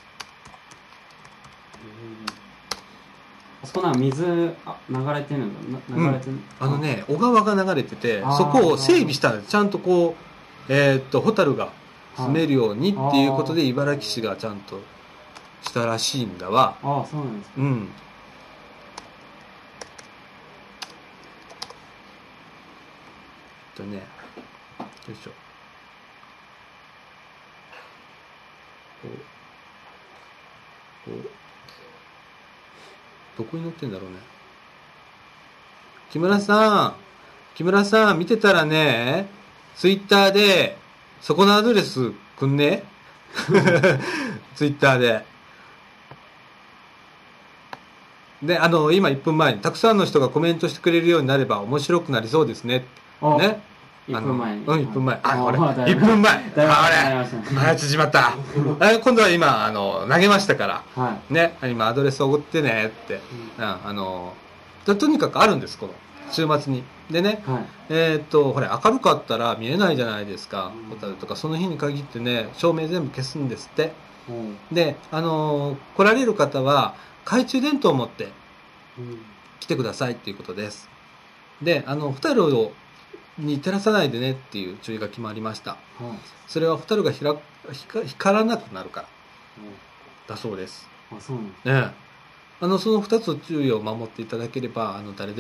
あそこなんか水あ流れてるの流れてる、うん、 あのね、小川が流れてて、そこを整備したんです。ちゃんとこう、えー、っと、ホタルが住めるようにっていうことで、茨城市がちゃんとしたらしいんだわ。 ああ、そうなんですか。 うん。えっとね、よいしょ。こう、こう。どこに載ってんだろうね。木村さん、木村さん見てたらね、ツイッターで、そこのアドレスくんねツイッターで。で、あの、今いっぷんまえに、たくさんの人がコメントしてくれるようになれば面白くなりそうですね。ね。 いっぷんまえに。 うん、いっぷんまえ。あ、これ、いっぷんまえ。あ、あれ。あ、縮まった。今度は今、あの、投げましたから。はい。ね、今アドレス送ってねって。うん、あの、とにかくあるんです、この、週末に。でね、はい、えー、っと、ほれ、明るかったら見えないじゃないですか。ホタルとか、その日に限ってね、照明全部消すんですって。うん、で、あの、来られる方は、懐中電灯を持って来てくださいっていうことです。で、あの、ホタルを、に照らさないでねっていう注意が決まりました。うん、それはホタルがひら光らなくなるから、うん、だそうです。 あ、そうなんですね。 あのそのふたつ注意を守っていただければ、あの誰でも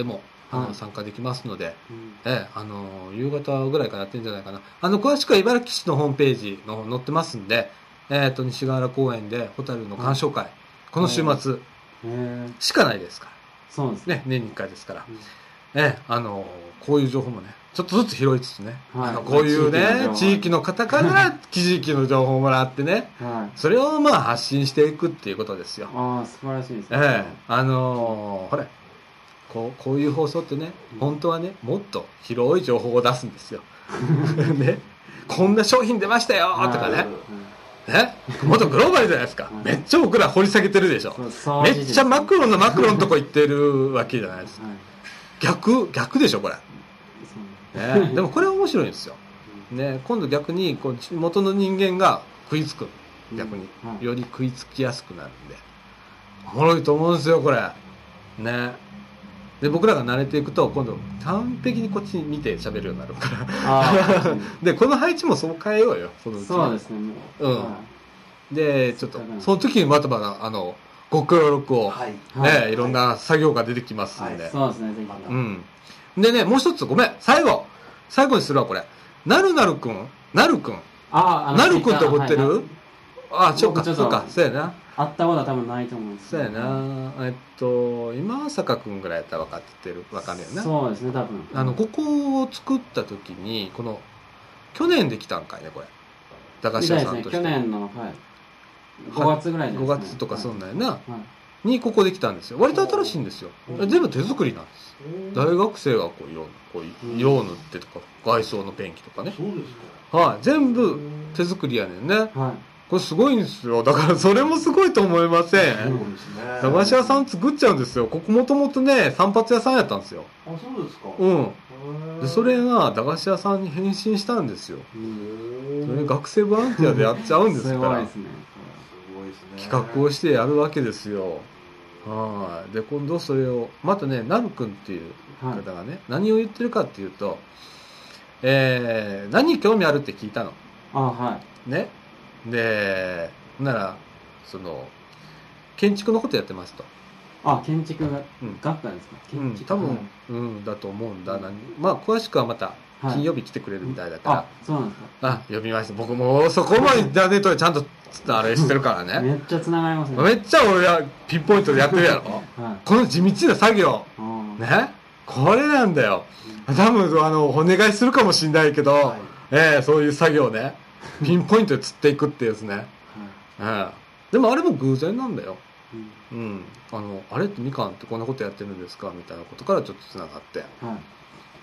あの参加できますので、うん、えあの夕方ぐらいからやってるんじゃないかな。あの詳しくは茨城市のホームページの載ってますんで、えー、と西河原公園でホタルの鑑賞会、うん、この週末しかないですから、 そうです ね, ね年にいっかいですから、うん、えあのこういう情報もねちょっとずつ拾いつつね、はい、あのこういうね地域の方から地域の情報をもらってね、はい、それをまあ発信していくっていうことですよ。 ああ素晴らしいですね。 ええあのー、ほれこうこういう放送ってね本当はねもっと広い情報を出すんですよね、こんな商品出ましたよとかね、ね、もっとグローバルじゃないですか、めっちゃ僕ら掘り下げてるでしょ、めっちゃマクロンのマクロンのとこ行ってるわけじゃないですか、逆逆でしょこれ、ね、でもこれは面白いんですよ、ね、今度逆にこう元の人間が食いつく、逆により食いつきやすくなるんでおもろいと思うんですよこれね。で僕らが慣れていくと今度完璧にこっちに見て喋るようになるからあでこの配置もそう変えようよそのうち。 そうですね、 うん、でちょっとその時にまたまたあのご協力を、はいねはい、いろんな作業が出てきますんで、はい、 そうですねぜひまた、 うん、でねもう一つごめん最後最後にするわこれなるなるくんなるくんあなるくんって覚えてる、はい、あそうかそうかそうやなあったことは多分ないと思うんです。 そうやな、えっと今坂くんぐらいやったら分かってる分かるよね。 そうですね多分。 あのここを作った時にこの去年できたんかいねこれ。駄菓子屋さんとして。 去年のはいごがつぐらいですね。 ごがつとかそんなんやな、はい、にここできたんですよ。割と新しいんですよ。全部手作りなんです。大学生がこう色こう色を塗ってとか外装のペンキとかね。 そうですか。 はい全部手作りやねんね。はい。これすごいんですよ。だからそれもすごいと思いません。そうですね。駄菓子屋さん作っちゃうんですよ。ここもともとね、散髪屋さんやったんですよ。 あ、そうですか。 うん。で、それが駄菓子屋さんに変身したんですよ。それ学生ボランティアでやっちゃうんですから。すごいですね。すごいですね。企画をしてやるわけですよ。はい。で、今度それを、またね、なるくんっていう方がね、はい、何を言ってるかっていうと、えー、何に興味あるって聞いたの。 あ、はい。 ね。でならその建築のことやってますと。 あ建築が、うん、学科ですか。 建築、うん、多分、はい、うんだと思うんだ、うん、まあ詳しくはまた金曜日来てくれるみたいだから、はい、 あそうなんですか。 あ呼びました。僕もそこまでインターネットでちゃんとあれしてるからねめっちゃつながりますね。 めっちゃ俺はピンポイントでやってるやろ、はい、この地道な作業ねこれなんだよ、うん、多分あのお願いするかもしれないけど、はい、えー、そういう作業ねピンポイントで釣っていくっていうですね、はい、でもあれも偶然なんだよ、うんうん、あのあれってみかんってこんなことやってるんですかみたいなことからちょっとつながって、はい、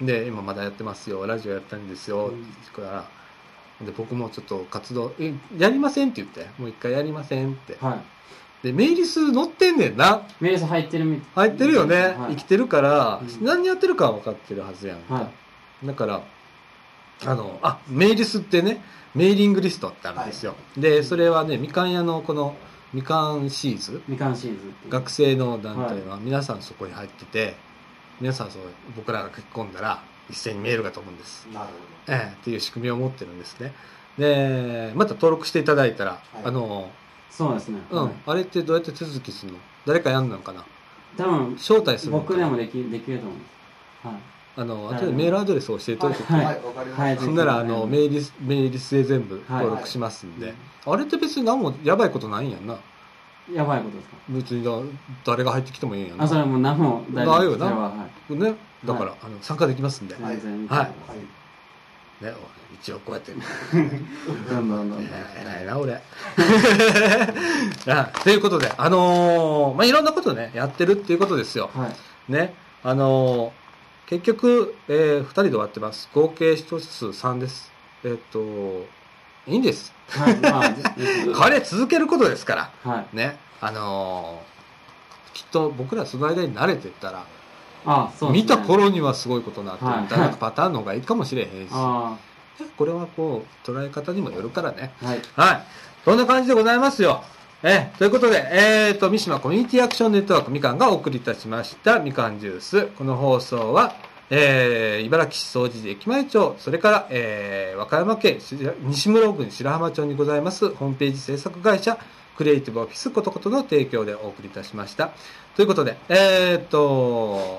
で今まだやってますよラジオやったんですよ、うん、って言うからで僕もちょっと活動えやりませんって言ってもう一回やりませんって、はい、でメイリス載ってんねんな。 メイリス入ってるみ入ってるよね、はい、生きてるから、うん、何やってるかは分かってるはずやんか、はい、だからあのあメイリスってねメーリングリストってあるんですよ、はい、でそれはねみかん屋のこのみかんシーズみかんシーズ学生の団体は皆さんそこに入ってて、はい、皆さんそう僕らが書き込んだら一斉にメールが飛ぶんです。 なるほど、ええっていう仕組みを持ってるんですね。でまた登録していただいたら、はい、あのそうですね、 うん、はい、あれってどうやって手続きするの？誰かやんのかな？ 多分招待するのかな？ 僕でもできできると思うんです。はい。 あの後でメールアドレスを教えておいて、 はい、はい、わかりました。 そんならあのメイリスメイリスで全部登録しますんで、はいはい、あれって別に何もやばいことないんやんな。 やばいことですか？ 別にだ誰が入ってきてもいいんやんな。 あそれはもう何も大丈夫です。それははい。ね、だから、はい、あの参加できますんで。はい。はい。はい、ね、一応こうやって。 どんどんどん。 偉いな俺。あということで、あのー、まあいろんなことねやってるっていうことですよ。はい。ね、あのー。結局、えー、ふたりで終わってます。合計視聴者数さんです。えー、っといいんです、はいまあ、これ続けることですから、はい、ねあのー、きっと僕らその間に慣れてったらあそうです、ね、見た頃にはすごいことになってるみたいなパターンの方がいいかもしれへんし、はい、これはこう捉え方にもよるからね、はい、はい、そんな感じでございますよ。えー、ということで、えーと、三島コミュニティアクションネットワークみかんがお送りいたしましたみかんジュース。この放送は、えー、茨城市総除寺駅前町、それから、えー、和歌山県西室郡白浜町にございますホームページ制作会社クリエイティブオフィスことことの提供でお送りいたしました。ということで、えーと、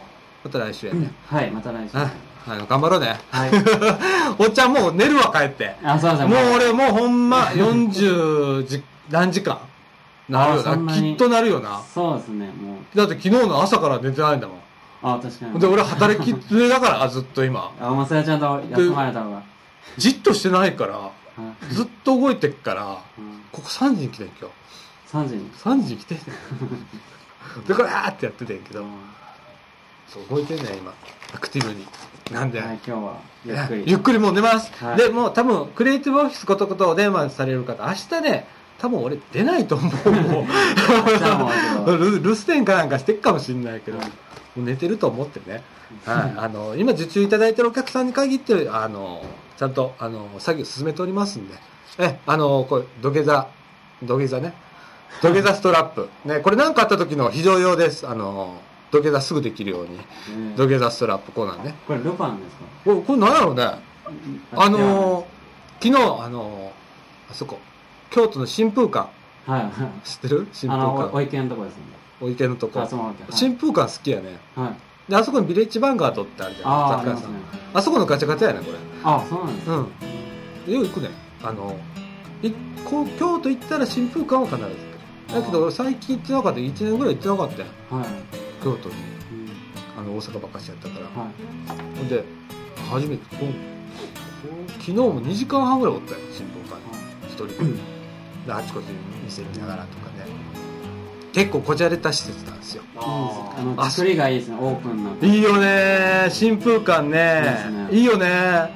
また来週やね、 うん、はいまた来週ああの頑張ろうね、 はいおっちゃんもう寝るわ帰ってあそうそうもう俺もうほんまよんじゅうじ何時間なるよなきっとなるよなそうですねもうだって昨日の朝から寝てないんだもんあ確かにで俺働き詰めだからずっと今あまあそれはちゃんと休まれた方がじっとしてないからずっと動いてっから、うん、ここさんじに来てん今日さんじにさんじに来てんねんだからーってやっててんけど、うん、そう動いてんねん今アクティブになんで、 はい、今日はゆっくりゆっくりもう寝ます、 はい、 でもう多分クリエイティブオフィスことことお電話される方明日ね多分俺出ないと思うもう留守電かなんかしてっかもしんないけど、はい、もう寝てると思ってね、はい、あの今受注いただいてるお客さんに限ってあのちゃんとあの作業進めておりますんでえあのこれ土下座土下座ね土下座ストラップねこれ何かあった時の非常用ですあの土下座すぐできるように、うん、土下座ストラップこうなんねこれルパンですかこれこれ何やろうねあの昨日あのあそこ京都の新風館、はいはい、知ってる新風館お池のとこですねお池のとこ、 はい、 新風館好きやね、 はい、 であそこにビレッジヴァンガードってあるじゃんああ、ありますね、 あそこのガチャガチャやねこれあそうなんですか、 うん、よう行くねあのいこう京都行ったら新風館は必ず行くだけど俺最近行ってなかったいちねんぐらい行ってなかったよ、はい、京都に、うん、あの大阪ばっかしやったから、はい、ほんで初めてこう昨日もにじかんはんぐらいおったよ新風館に一、はい、人で、うんであちこち店見ながらとかね結構こじゃれた施設なんですよあの作りがいいですねオープンな。 いいよね新風館ねいいよね、はい、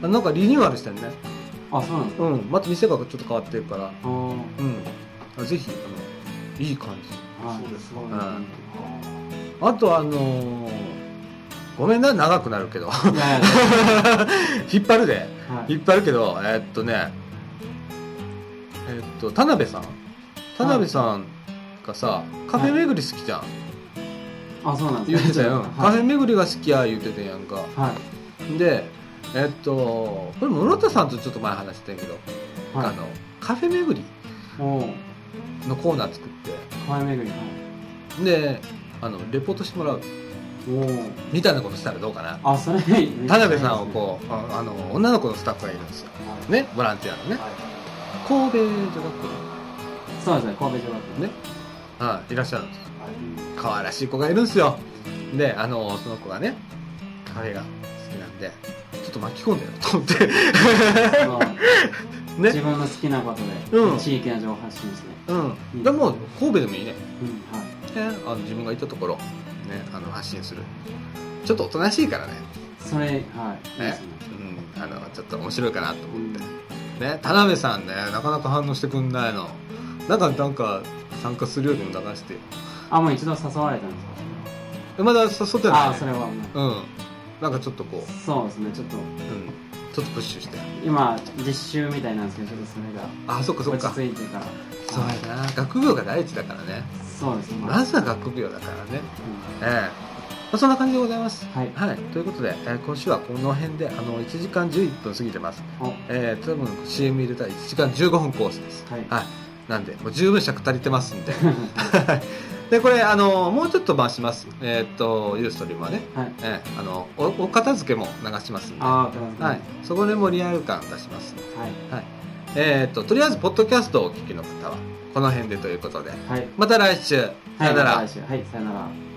なんかリニューアルしてるねあそうなんですかうんまた店がちょっと変わってるからあ、うん、 あぜひあのいい感じあそうですごい、ね、 うん、あとあのー、ごめんな長くなるけど引っ張るで、はい、引っ張るけどえー、っとねえっと田辺さん田辺さんがさ、はい、カフェ巡り好きじゃん、はい、 あそうなんです言ってたよ、はい、カフェ巡りが好きや言ってたやんか、はい、でえっとこれ室田さんとちょっと前話してたけど、はい、あのカフェ巡りのコーナー作ってカフェ巡り、はい、 であのレポートしてもらうおみたいなことしたらどうかなあそれいい田辺さんをこう あ, あの女の子のスタッフがいるんですよ、はい、ねボランティアのね、はい神戸女学校そうですね神戸女学校ねあいらっしゃるんです、はい、可愛らしい子がいるんですよであのその子がねカフェが好きなんでちょっと巻き込んでよと思ってね、自分の好きなことで、うん、地域の情報発信してうん、うん、でも神戸でもいいね、 うんはいね、あの自分が行ったところ、ね、あの発信するちょっとおとなしいからねそれはい、ねねうん、あのちょっと面白いかなと思って、うんね、田辺さんねなかなか反応してくんないのなんかなんか参加するようにも流してあもう一度誘われたんですかまだ誘ってない、ね、 あそれはうんなんかちょっとこうそうですねちょっと、うん、 ちょっとプッシュして今実習みたいなんですけどちょっとそれがあそっかそっか落ち着いてからそうやな学業が第一だからねそうですねまずは学業だからね、うん、ええまあ、そんな感じでございます、 はいはい、ということで、えー、今週はこの辺であのいちじかんじゅういっぷん過ぎてます、えー、多分 シーエム 入れたらいちじかんじゅうごふんコースです、はいはい、なんでもう十分尺足りてますんででこれあのもうちょっと回しますえー、っとユーストリームはね、はいえー、あの お, お片付けも流しますんであ、 はい、そこでもリアル感出しますんで、はいはいえー、っととりあえずポッドキャストをお聞きの方はこの辺でということで、はい、また来週さよなら、 はい、また来週はいさよなら。